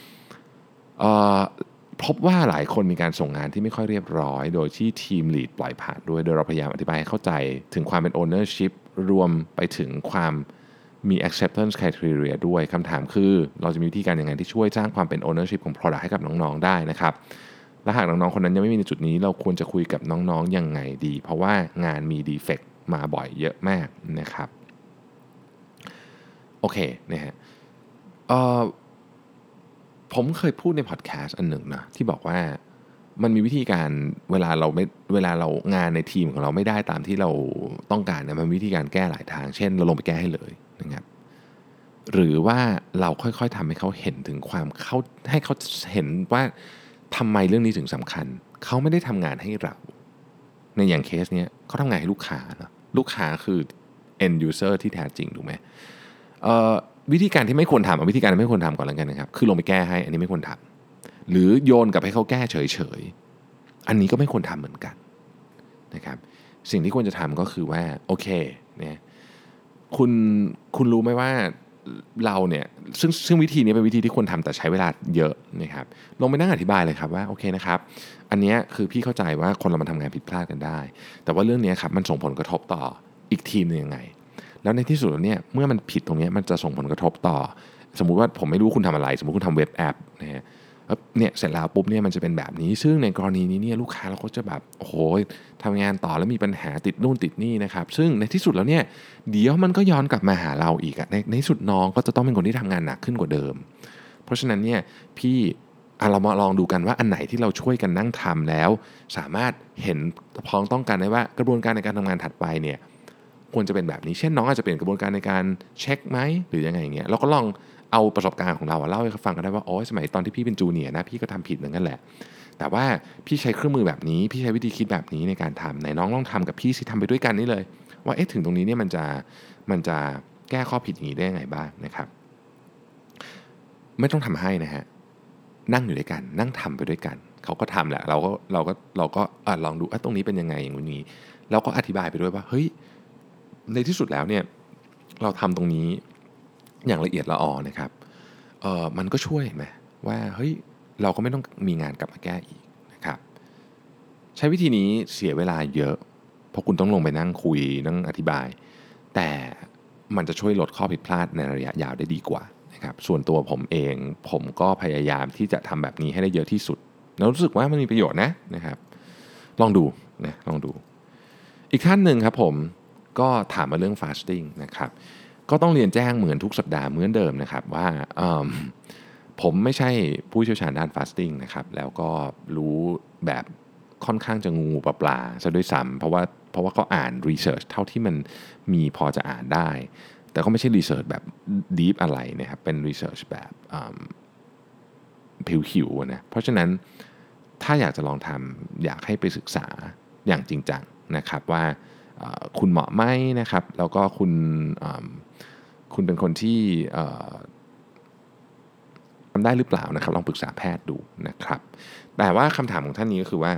พบว่าหลายคนมีการส่งงานที่ไม่ค่อยเรียบร้อยโดยที่ทีมลีดปล่อยผ่านด้วยโดยเราพยายามอธิบายให้เข้าใจถึงความเป็น ownership รวมไปถึงความมี acceptance criteria ด้วยคำถามคือเราจะมีวิธีการยังไงที่ช่วยสร้างความเป็น ownership ของ product ให้กับน้องๆได้นะครับและหากน้องๆคนนั้นยังไม่มีในจุดนี้เราควรจะคุยกับน้องๆยังไงดีเพราะว่างานมี defect มาบ่อยเยอะมากนะครับโอเคนะฮะเอ่อผมเคยพูดในพอดแคสต์อันหนึ่งนะที่บอกว่ามันมีวิธีการเวลาเราไม่เวลาเรางานในทีมของเราไม่ได้ตามที่เราต้องการเนี่ยมันมีวิธีการแก้หลายทางเช่นเราลงไปแก้ให้เลยนะครับหรือว่าเราค่อยๆทำให้เขาเห็นถึงความเขาให้เขาเห็นว่าทำไมเรื่องนี้ถึงสำคัญเขาไม่ได้ทำงานให้เราในอย่างเคสเนี้ยเขาทำงานให้ลูกค้าเนาะลูกค้าคือ end user ที่แท้จริงถูกไหมเอ่อวิธีการที่ไม่ควรทำเอาวิธีการที่ไม่ควรทำก่อนแล้วกันนะครับคือลงไปแก้ให้อันนี้ไม่ควรทำหรือโยนกลับให้เขาแก้เฉยๆอันนี้ก็ไม่ควรทำเหมือนกันนะครับสิ่งที่ควรจะทำก็คือว่าโอเคเนี่ยคุณคุณรู้ไหมว่าเราเนี่ยซึ่งซึ่งวิธีนี้เป็นวิธีที่ควรทำแต่ใช้เวลาเยอะนะครับลงไปนั่งอธิบายเลยครับว่าโอเคนะครับอันนี้คือพี่เข้าใจว่าคนเรามันทำงานผิดพลาดกันได้แต่ว่าเรื่องนี้ครับมันส่งผลกระทบต่ออีกทีมนึงยังไงแล้วในที่สุดแล้วเนี่ยเมื่อมันผิดตรงนี้มันจะส่งผลกระทบต่อสมมุติว่าผมไม่รู้คุณทำอะไรสมมุติคุณทำเว็บแอปนะฮะเนี่ยเสร็จแล้วปุ๊บเนี่ยมันจะเป็นแบบนี้ซึ่งในกรณีนี้เนี่ยลูกค้าเราก็จะแบบโอ้โหทำงานต่อแล้วมีปัญหาติดนู่นติดนี่นะครับซึ่งในที่สุดแล้วเนี่ยเดี๋ยวมันก็ย้อนกลับมาหาเราอีกอะในในที่สุดน้องก็จะต้องเป็นคนที่ทำงานหนักขึ้นกว่าเดิมเพราะฉะนั้นเนี่ยพี่เรามาลองดูกันว่าอันไหนที่เราช่วยกันนั่งทำแล้วสามารถเห็นพ้องต้องกันได้ว่ากระบวนการในการทำงานถัดไปเนี่ยควรจะเป็นแบบนี้เช่นน้องอาจจะเปลี่ยนกระบวนการในการเช็คไหมหรือยังไงอย่างเงี้ยเราก็ลองเอาประสบการณ์ของเราเล่าให้เขาฟังกันได้ว่าโอ้สมัยตอนที่พี่เป็นจูเนียร์นะพี่ก็ทำผิดเหมือนกันแหละแต่ว่าพี่ใช้เครื่องมือแบบนี้พี่ใช้วิธีคิดแบบนี้ในการทำไหนน้องลองทำกับพี่สิทำไปด้วยกันนี่เลยว่าเอ๊ะถึงตรงนี้เนี่ยมันจะมันจะแก้ข้อผิดอย่างนี้ได้ยังไงบ้างนะครับไม่ต้องทำให้นะฮะนั่งอยู่ด้วยกันนั่งทำไปด้วยกันเขาก็ทำแหละเราก็เราก็เราก็อ่ะลองดูอ่ะตรงนี้เป็นยังไงอย่างนี้เราก็อธิบายไปด้วยว่าเฮ้ยในที่สุดแล้วเนี่ยเราทำตรงนี้อย่างละเอียดละออนะครับเออมันก็ช่วยเห็นไหมว่าเฮ้ยเราก็ไม่ต้องมีงานกลับมาแก้อีกนะครับใช้วิธีนี้เสียเวลาเยอะเพราะคุณต้องลงไปนั่งคุยนั่งอธิบายแต่มันจะช่วยลดข้อผิดพลาดในระยะยาวได้ดีกว่านะครับส่วนตัวผมเองผมก็พยายามที่จะทำแบบนี้ให้ได้เยอะที่สุดแล้วรู้สึกว่ามันมีประโยชน์นะนะครับลองดูนะลองดูอีกท่านหนึ่งครับผมก็ถามมาเรื่อง fasting นะครับก็ต้องเรียนแจ้งเหมือนทุกสัปดาห์เหมือนเดิมนะครับว่าผมไม่ใช่ผู้เชี่ยวชาญด้าน fasting นะครับแล้วก็รู้แบบค่อนข้างจะงูปลาปลาซะด้วยซ้ำเพราะว่าเพราะว่าก็อ่าน research เท่าที่มันมีพอจะอ่านได้แต่ก็ไม่ใช่ research แบบ deep อะไรนะครับเป็น research แบบผิวๆนะเพราะฉะนั้นถ้าอยากจะลองทำอยากให้ไปศึกษาอย่างจริงจังนะครับว่าคุณเหมาะไหมนะครับแล้วก็คุณคุณเป็นคนที่ทำได้หรือเปล่านะครับลองปรึกษาแพทย์ดูนะครับแต่ว่าคำถามของท่านนี้ก็คือว่า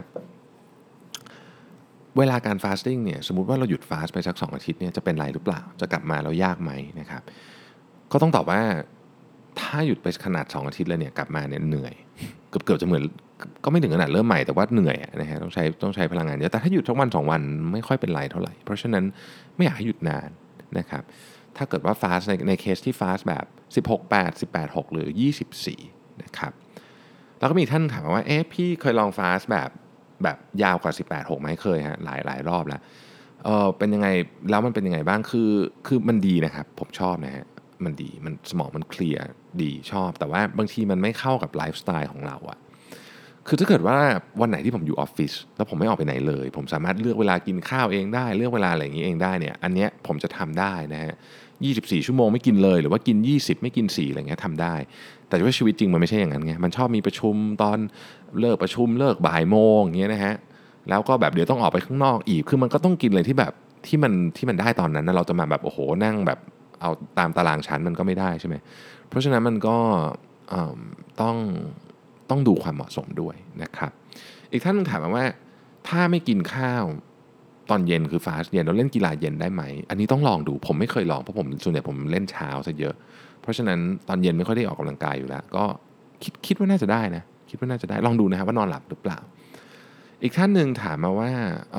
เวลาการฟาสติ้งเนี่ยสมมุติว่าเราหยุดฟาสไปสักสองอาทิตย์เนี่ยจะเป็นไรหรือเปล่าจะกลับมาแล้วยากไหมนะครับก็ต้องตอบว่าถ้าหยุดไปขนาดสองอาทิตย์แล้วเนี่ยกลับมาเนี่ยเหนื่อยเกือบๆจะเหมือนก็ไม่ถึงขนาดเริ่มใหม่แต่ว่าเหนื่อยนะฮะต้องใช้ต้องใช้พลังงานเยอะแต่ถ้าหยุดสักวันสองวันไม่ค่อยเป็นไรเท่าไหร่เพราะฉะนั้นไม่อยากให้หยุดนานนะครับถ้าเกิดว่าฟาสในในเคสที่ฟาสแบบสิบหก แปด สิบแปด หกหรือยี่สิบสี่นะครับแล้วก็มีท่านถามว่าเอ๊ะพี่เคยลองฟาสแบบแบบยาวกว่าสิบแปด หกไหมเคยฮะหลายหลายรอบแล้วเออเป็นยังไงแล้วมันเป็นยังไงบ้างคือคือมันดีนะครับผมชอบนะฮะมันดีมันสมองมันเคลียร์ดีชอบแต่ว่าบางทีมันไม่เข้ากับไลฟ์สไตล์ของเราอะคือถ้าเกิดว่าวันไหนที่ผมอยู่ออฟฟิศแล้วผมไม่ออกไปไหนเลยผมสามารถเลือกเวลากินข้าวเองได้เลือกเวลาอะไรอย่างนี้เองได้เนี่ยอันเนี้ยผมจะทำได้นะฮะยี่สิบสี่ชั่วโมงไม่กินเลยหรือว่ากินยี่สิบไม่กินสี่อะไรเงี้ยทำได้แต่ว่าชีวิตจริงมันไม่ใช่อย่างนั้นไงมันชอบมีประชุมตอนเลิกประชุมเลิกบ่ายโมงอย่างเงี้ยนะฮะแล้วก็แบบเดี๋ยวต้องออกไปข้างนอกอีกคือมันก็ต้องกินอะไรที่แบบที่มันที่มันได้ตอนนั้นนะเราจะมาแบบโอ้โหนั่งแบบเอาตามตารางชั้นมันก็ไม่ได้ใช่ไหมเพราะฉะนั้นมันก็ต้องต้องดูความเหมาะสมด้วยนะครับอีกท่านนึงถามมาว่าถ้าไม่กินข้าวตอนเย็นคือฟาสต์เย็นเราเล่นกีฬาเย็นได้ไหมอันนี้ต้องลองดูผมไม่เคยลองเพราะผมส่วนใหญ่ผมเล่นเช้าซะเยอะเพราะฉะนั้นตอนเย็นไม่ค่อยได้ออกกำลังกายอยู่แล้วก็คิดคิดว่าน่าจะได้นะคิดว่าน่าจะได้ลองดูนะครับว่านอนหลับหรือเปล่าอีกท่านนึงถามมาว่า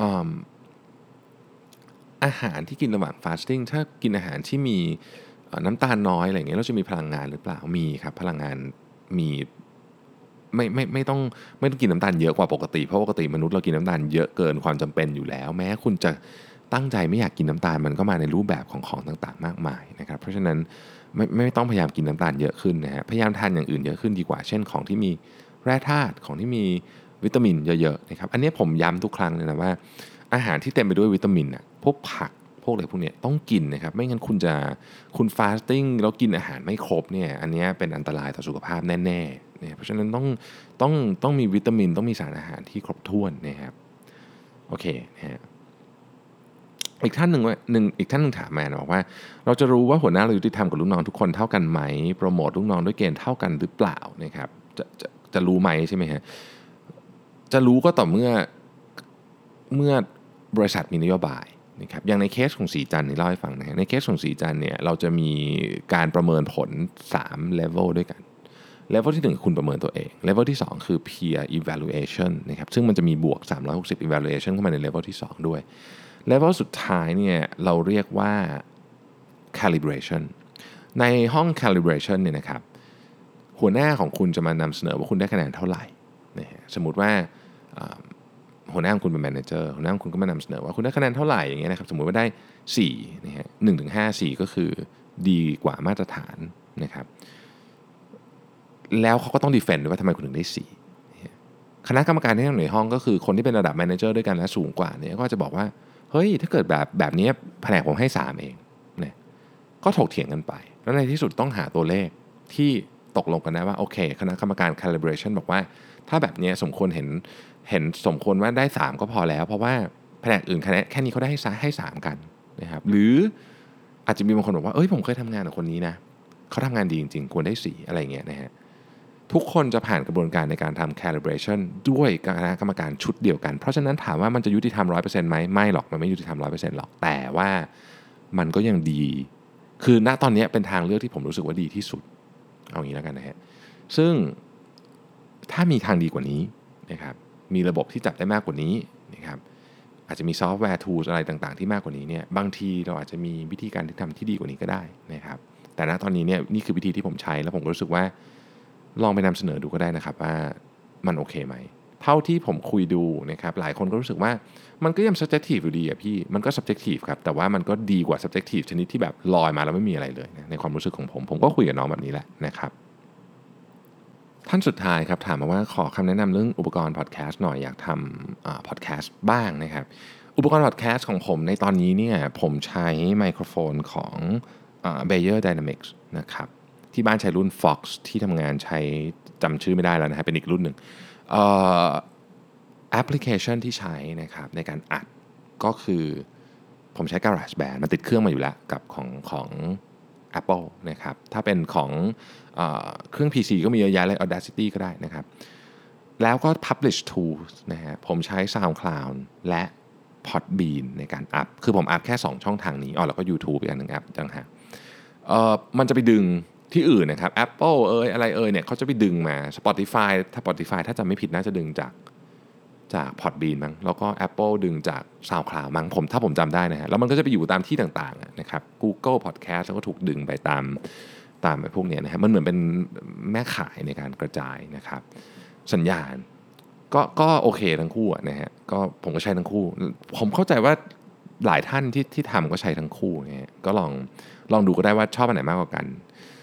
อาหารที่กินระหว่างฟาสติ้งถ้ากินอาหารที่มีน้ำตาลน้อยอะไรอย่างเงี้ยเราจะมีพลังงานหรือเปล่ามีครับพลังงานมีไม่ไม่ไม่ต้องไม่ต้องกินน้ำตาลเยอะกว่าปกติเพราะปกติมนุษย์เรากินน้ำตาลเยอะเกินความจำเป็นอยู่แล้วแม้คุณจะตั้งใจไม่อยากกินน้ำตาลมันก็มาในรูปแบบของของต่างๆมากมายนะครับเพราะฉะนั้นไม่ไม่ต้องพยายามกินน้ำตาลเยอะขึ้นนะฮะพยายามทานอย่างอื่นเยอะขึ้นดีกว่าเช่นของที่มีแร่ธาตุของที่มีวิตามินเยอะๆนะครับอันนี้ผมย้ำทุกครั้งเลยนะว่าอาหารที่เต็มไปด้วยวิตามินอ่ะพวกผักพวกอะไรพวกนี้ต้องกินนะครับไม่งั้นคุณจะคุณฟาสติ้งแล้วกินอาหารไม่ครบเนี่ยอันนี้เป็นอันตรายต่อสุขภาพแน่ๆเนี่ยเพราะฉะนั้นต้องต้องต้องมีวิตามินต้องมีสารอาหารที่ครบถ้วนนะครับโอเคนะฮะอีกท่านหนึ่งว่าหนึ่งอีกท่านหนึ่งถามมาบอกว่าเราจะรู้ว่าหัวหน้าเรายุติธรรมกับลูกน้องทุกคนเท่ากันไหมโปรโมทลูกน้องด้วยเกณฑ์เท่ากันหรือเปล่านะครับจะจะจะรู้ไหมใช่ไหมฮะจะรู้ก็ต่อเมื่อเมื่อบริษัทมีนโยบายนะครับอย่างในเคสของสีจันทร์นี่เล่าให้ฟังนะฮะในเคสของสีจันทร์เนี่ยเราจะมีการประเมินผลสาม level ด้วยกันเลเวลที่หนึ่งคุณประเมินตัวเองเลเวลที่สองคือ peer evaluation นะครับซึ่งมันจะมีบวกสามร้อยหกสิบ evaluation เข้ามาในเลเวลที่สองด้วยเลเวลสุดท้ายเนี่ยเราเรียกว่า calibration ในห้อง calibration เนี่ยนะครับหัวหน้าของคุณจะมานำเสนอว่าคุณได้คะแนนเท่าไหร่นะฮะสมมุติว่าหัวหน้าของคุณเป็น manager หัวหน้าของคุณก็มานำเสนอว่าคุณได้คะแนนเท่าไหร่อย่างเงี้ยนะครับสมมุติว่าได้สี่นะฮะหนึ่งถึงห้า สี่ก็คือดีกว่ามาตรฐานนะครับแล้วเขาก็ต้องดีเฟนด์ด้วยว่าทำไมคุณถึงได้สี่คณะกรรมการที่นั่งในห้องก็คือคนที่เป็นระดับแมเนเจอร์ด้วยกันและสูงกว่าเนี่ยก็จะบอกว่าเฮ้ยถ้าเกิดแบบแบบนี้แผนกผมให้สามเองเนี่ยก็ถกเถียงกันไปแล้วในที่สุดต้องหาตัวเลขที่ตกลงกันได้ว่าโอเคคณะกรรมการ calibration บอกว่าถ้าแบบนี้สมควรเห็นเห็นสมควรว่าได้สามก็พอแล้วเพราะว่าแผนกอื่นคะแนนแค่นี้เขาได้ให้ให้สามกันนะครับหรืออาจจะมีบางคนบอกว่าเอ้ยผมเคยทำงานกับคนนี้นะเขาทำงานดีจริงๆควรได้สี่อะไรเงี้ยนะฮะทุกคนจะผ่านกระบวนการในการทำ calibration ด้วยคณะกรรมการชุดเดียวกันเพราะฉะนั้นถามว่ามันจะยุติธรรม ร้อยเปอร์เซ็นต์ ไหมไม่หรอกมันไม่ยุติธรรม ร้อยเปอร์เซ็นต์ หรอกแต่ว่ามันก็ยังดีคือณตอนนี้เป็นทางเลือกที่ผมรู้สึกว่าดีที่สุดเอางี้แล้วกันนะฮะซึ่งถ้ามีทางดีกว่านี้นะครับมีระบบที่จับได้มากกว่านี้นะครับอาจจะมีซอฟต์แวร์ tools อะไรต่างๆที่มากกว่านี้เนี่ยบางทีเราอาจจะมีวิธีการที่ทำที่ดีกว่านี้ก็ได้นะครับแต่ณตอนนี้เนี่ยนี่คือวิธีที่ผมใช้แล้วผมก็รู้สึกว่าลองไปนำเสนอดูก็ได้นะครับว่ามันโอเคไหมเท่าที่ผมคุยดูนะครับหลายคนก็รู้สึกว่ามันก็ยัง subjective อยู่ดีอะพี่มันก็ subjective ครับแต่ว่ามันก็ดีกว่า subjective ชนิดที่แบบลอยมาแล้วไม่มีอะไรเลยนะในความรู้สึกของผมผมก็คุยกับน้องแบบนี้แหละนะครับท่านสุดท้ายครับถามมาว่าขอคำแนะนำเรื่องอุปกรณ์พอดแคสต์หน่อยอยากทำพอดแคสต์บ้างนะครับอุปกรณ์พอดแคสต์ของผมในตอนนี้เนี่ยผมใช้ไมโครโฟนของเบเยอร์ไดนามิกส์นะครับที่บ้านใช้รุ่น Fox ที่ทำงานใช้จำชื่อไม่ได้แล้วนะฮะเป็นอีกรุ่นหนึ่งแอปพลิเคชันที่ใช้นะครับในการอัดก็คือผมใช้ GarageBand มันติดเครื่องมาอยู่แล้วกับของของ Apple นะครับถ้าเป็นของเอ่อเครื่อง พี ซี ก็มีเยอะแยะเลย Audacity ก็ได้นะครับแล้วก็ Publish Tools นะฮะผมใช้ SoundCloud และ Podbean ในการอัพคือผมอัพแค่สองช่องทางนี้อ๋อแล้วก็ YouTube อีกอันนึงอัพจังฮะเอ่อมันจะไปดึงที่อื่นนะครับ Apple เอ่ยอะไรเอ่ยเนี่ยเขาจะไปดึงมา Spotify ถ้า Spotify ถ้าจำไม่ผิดน่าจะดึงจากจาก Podbean มั้งแล้วก็ Apple ดึงจาก SoundCloud มั้งผมถ้าผมจำได้นะฮะแล้วมันก็จะไปอยู่ตามที่ต่างๆนะครับ Google Podcast แล้วก็ถูกดึงไปตามตามไอ้พวกเนี้ยนะฮะมันเหมือนเป็นแม่ขายในการกระจายนะครับสัญญาณก็ก็โอเคทั้งคู่นะฮะก็ผมก็ใช้ทั้งคู่ผมเข้าใจว่าหลายท่านที่ที่ทำก็ใช้ทั้งคู่นะฮะก็ลองลองดูก็ได้ว่าชอบอันไหนมากกว่ากัน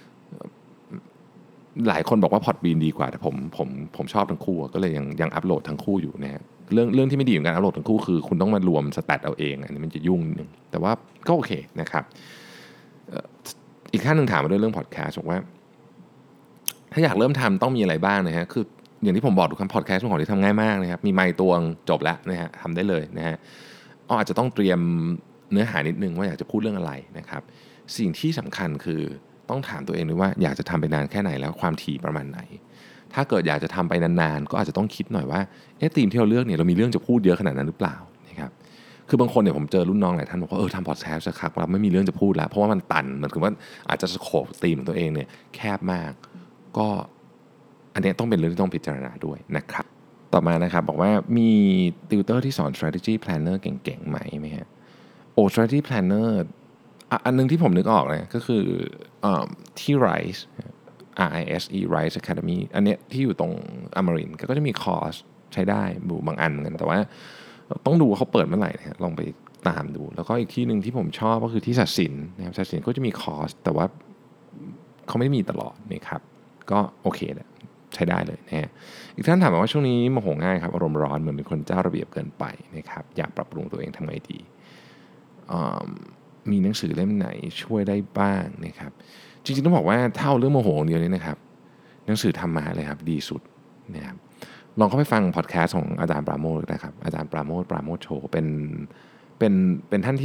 หลายคนบอกว่า Podbean ดีกว่าแต่ผมผมผมชอบทั้งคู่ก็เลยยังยังอัปโหลดทั้งคู่อยู่นะฮะเรื่องเรื่องที่ไม่ดีของการอัปโหลดทั้งคู่คือคุณต้องมารวมสแตทเอาเองอันนี้มันจะยุ่งนิดนึงแต่ว่าก็โอเคนะครับอีกท่านหนึ่งถามมาด้วยเรื่องพอดแคสต์บอกว่าถ้าอยากเริ่มทำต้องมีอะไรบ้างนะฮะคืออย่างที่ผมบอกทุกครั้งพอดแคสต์เป็นของที่ทำง่ายมากนะครับมีไมค์ตวงจบแล้วนะฮะทำได้เลยนะฮะอ๋ออาจจะต้องเตรียมเนื้อหานิดนึงว่าอยากจะพูดเรื่องอะไรนะครับสิ่งที่สำคัญคือต้องถามตัวเองด้วยว่าอยากจะทำไปนานแค่ไหนแล้วความถี่ประมาณไหนถ้าเกิดอยากจะทำไปนานๆก็อาจจะต้องคิดหน่อยว่าเอ๊ะธีมที่เราเลือกเนี่ยเรามีเรื่องจะพูดเยอะขนาดนั้นหรือเปล่านะครับคือบางคนเนี่ยผมเจอรุ่นน้องหลายท่านบอกว่าเออทำพอดแคสต์สักครั้งเราไม่มีเรื่องจะพูดแล้วเพราะว่ามันตันเหมือนกับว่าอาจจะสโคปธีมของตัวเองเนี่ยแคบมากก็อันนี้ต้องเป็นเรื่องที่ต้องพิจารณาด้วยนะครับต่อมานะครับบอกว่ามีติวเตอร์ที่สอน strategy planner เก่งๆไหมไหมฮะโอ้ strategy planner อันนึงที่ผมนึกออกเลยก็คือที่ Rise R I S E Rise Academy อันเนี้ยที่อยู่ตรงอมรินทร์ก็จะมีคอร์สใช้ได้ดูบางอันเหมือนกันแต่ว่าต้องดูว่าเขาเปิดเมื่อไหร่นะลองไปตามดูแล้วก็อีกที่หนึ่งที่ผมชอบก็คือที่ศาสินนะครับศาสินก็จะมีคอร์สแต่ว่าเขาไม่ได้มีตลอดนะครับก็โอเคแหละใช้ได้เลยนะฮะอีกท่านถามว่าช่วงนี้โมโหง่ายครับอารมณ์ร้อนเหมือนเป็นคนเจ้าระเบียบเกินไปนะครับอยากปรับปรุงตัวเองทำไงดีมีหนังสือเล่มไหนช่วยได้บ้างนะครับจริงๆต้องบอกว่าเท่าเรื่องโมโหเดียวนี้นะครับหนังสือธรรมะเลยครับดีสุดนะครับลองเข้าไปฟังพอดแคสต์ของอาจารย์ปราโมชนะครับอาจารย์ปราโมชปราโมชโชว์เป็นเป็นเป็นท่านที่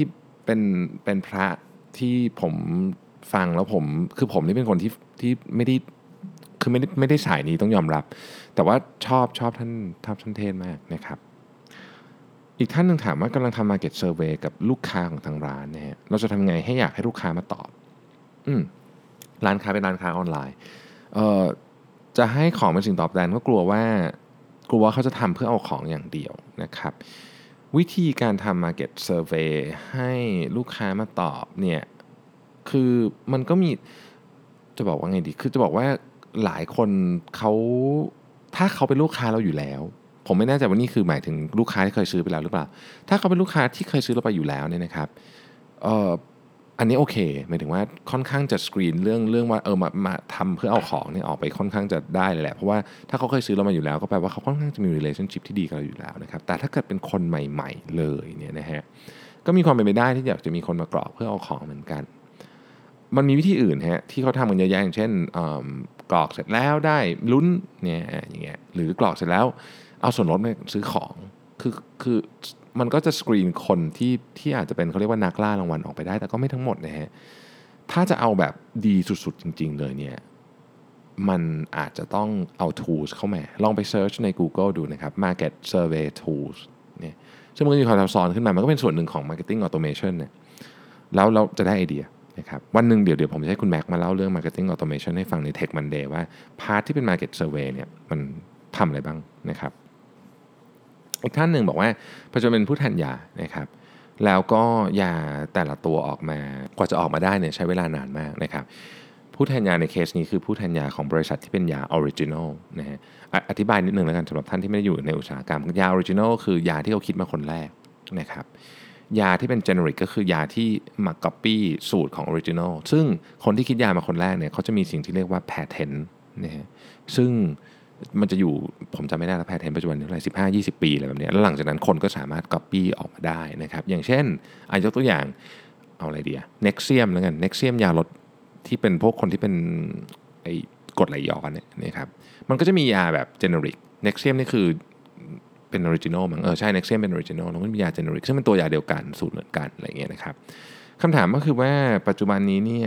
เป็นเป็นพระที่ผมฟังแล้วผมคือผมนี่เป็นคนที่ที่ไม่ได้คือไม่ได้ไม่ได้สายนี้ต้องยอมรับแต่ว่าชอบชอบท่านชอบท่านเทศมากนะครับอีกท่านหนึ่งถามว่ากำลังทำ market survey กับลูกค้าของทางร้านนะฮะเราจะทำไงให้อยากให้ลูกค้ามาตอบอืมร้านค้าเป็นร้านค้าออนไลน์เอ่อจะให้ของเป็นสิ่งตอบแทนก็กลัวว่ากลัวว่าเขาจะทำเพื่อเอาของอย่างเดียวนะครับวิธีการทำ market survey ให้ลูกค้ามาตอบเนี่ยคือมันก็มีจะบอกว่าไงดีคือจะบอกว่าหลายคนเขาถ้าเขาเป็นลูกค้าเราอยู่แล้วผมไม่แน่ใจว่านี่คือหมายถึงลูกค้าที่เคยซื้อไปแล้วหรือเปล่าถ้าเขาเป็นลูกค้าที่เคยซื้อเราไปอยู่แล้วเนี่ยนะครับเอ่ออันนี้โอเคหมายถึงว่าค่อนข้างจะสกรีนเรื่องเรื่องว่าเออมามาทำเพื่อเอาของเนี่ยออกไปค่อนข้างจะได้เลยแหละเพราะว่าถ้าเขาเคยซื้อเรามาอยู่แล้วก็แปลว่าเขาค่อนข้างจะมี relationship ที่ดีกับเราอยู่แล้วนะครับแต่ถ้าเกิดเป็นคนใหม่ๆเลยเนี่ยนะฮะก็มีความเป็นไปได้ที่อยากจะมีคนมากรอกเพื่อเอาของเหมือนกันมันมีวิธีอื่นฮะที่เขาทำกันเยอะแยะอย่างเช่นกรอกเสร็จแล้วได้ลุ้นเนี่ยอย่างเงี้ยหรือกรอกเสร็จแล้วเอาส่วนลดมาซื้อของคือคือมันก็จะสกรีนคนที่ที่อาจจะเป็นเขาเรียกว่านักล่ารางวัลออกไปได้แต่ก็ไม่ทั้งหมดนะฮะถ้าจะเอาแบบดีสุดๆจริงๆเลยเนี่ยมันอาจจะต้องเอา tools เข้ามาลองไปเซิร์ชใน Google ดูนะครับ Market Survey Tools เนี่ยซึ่งมันก็มีความซับซ้อนขึ้นมามันก็เป็นส่วนหนึ่งของ Marketing Automation เนี่ยแล้วเราจะได้ไอเดียนะครับวันหนึ่งเดี๋ยวเดี๋ยวผมจะให้คุณแม็กมาเล่าเรื่อง Marketing Automation ให้ฟังใน Tech Monday ว่าพาร์ทที่เป็น Market Survey เนี่ยมันทำอะไรบ้างนะครับอีกท่านหนึ่งบอกว่าปัจจุบันเป็นผู้แทนยานะครับแล้วก็ยาแต่ละตัวออกมากว่าจะออกมาได้เนี่ยใช้เวลานานมากนะครับผู้แทนยาในเคสนี้คือผู้แทนยาของบริษัทที่เป็นยาออริจินอลนะฮะอธิบายนิดนึงแล้วกันสำหรับท่านที่ไม่ได้อยู่ในอุตสาหกรรมยาออริจินอลคือยาที่เขาคิดมาคนแรกนะครับยาที่เป็น generic ก็คือยาที่มา copy สูตรของ original ซึ่งคนที่คิดยามาคนแรกเนี่ยเขาจะมีสิ่งที่เรียกว่า patent นะฮะซึ่งมันจะอยู่ผมจำไม่ได้แล้ว patent ปัจจุบันเท่าไหร่สิบห้า ยี่สิบ ปีอะไรแบบนี้แล้วหลังจากนั้นคนก็สามารถ copy ออกมาได้นะครับอย่างเช่นอ่ะยกตัวอย่างเอาอะไรดีอ่ะ Nexium แล้วกัน Nexium ยาลดที่เป็นพวกคนที่เป็นไอ้กรดไหลย้อนเนี่ยนะครับมันก็จะมียาแบบ generic Nexium นี่คือเป็นออริจินอลมั้งเออใช่ Nexium เป็นออริจินอลแล้วก็มียา generic ซึ่งเป็นตัวยาเดียวกันสูตรเหมือนกันอะไรอย่างเงี้ยนะครับคำถามก็คือว่าปัจจุบันนี้เนี่ย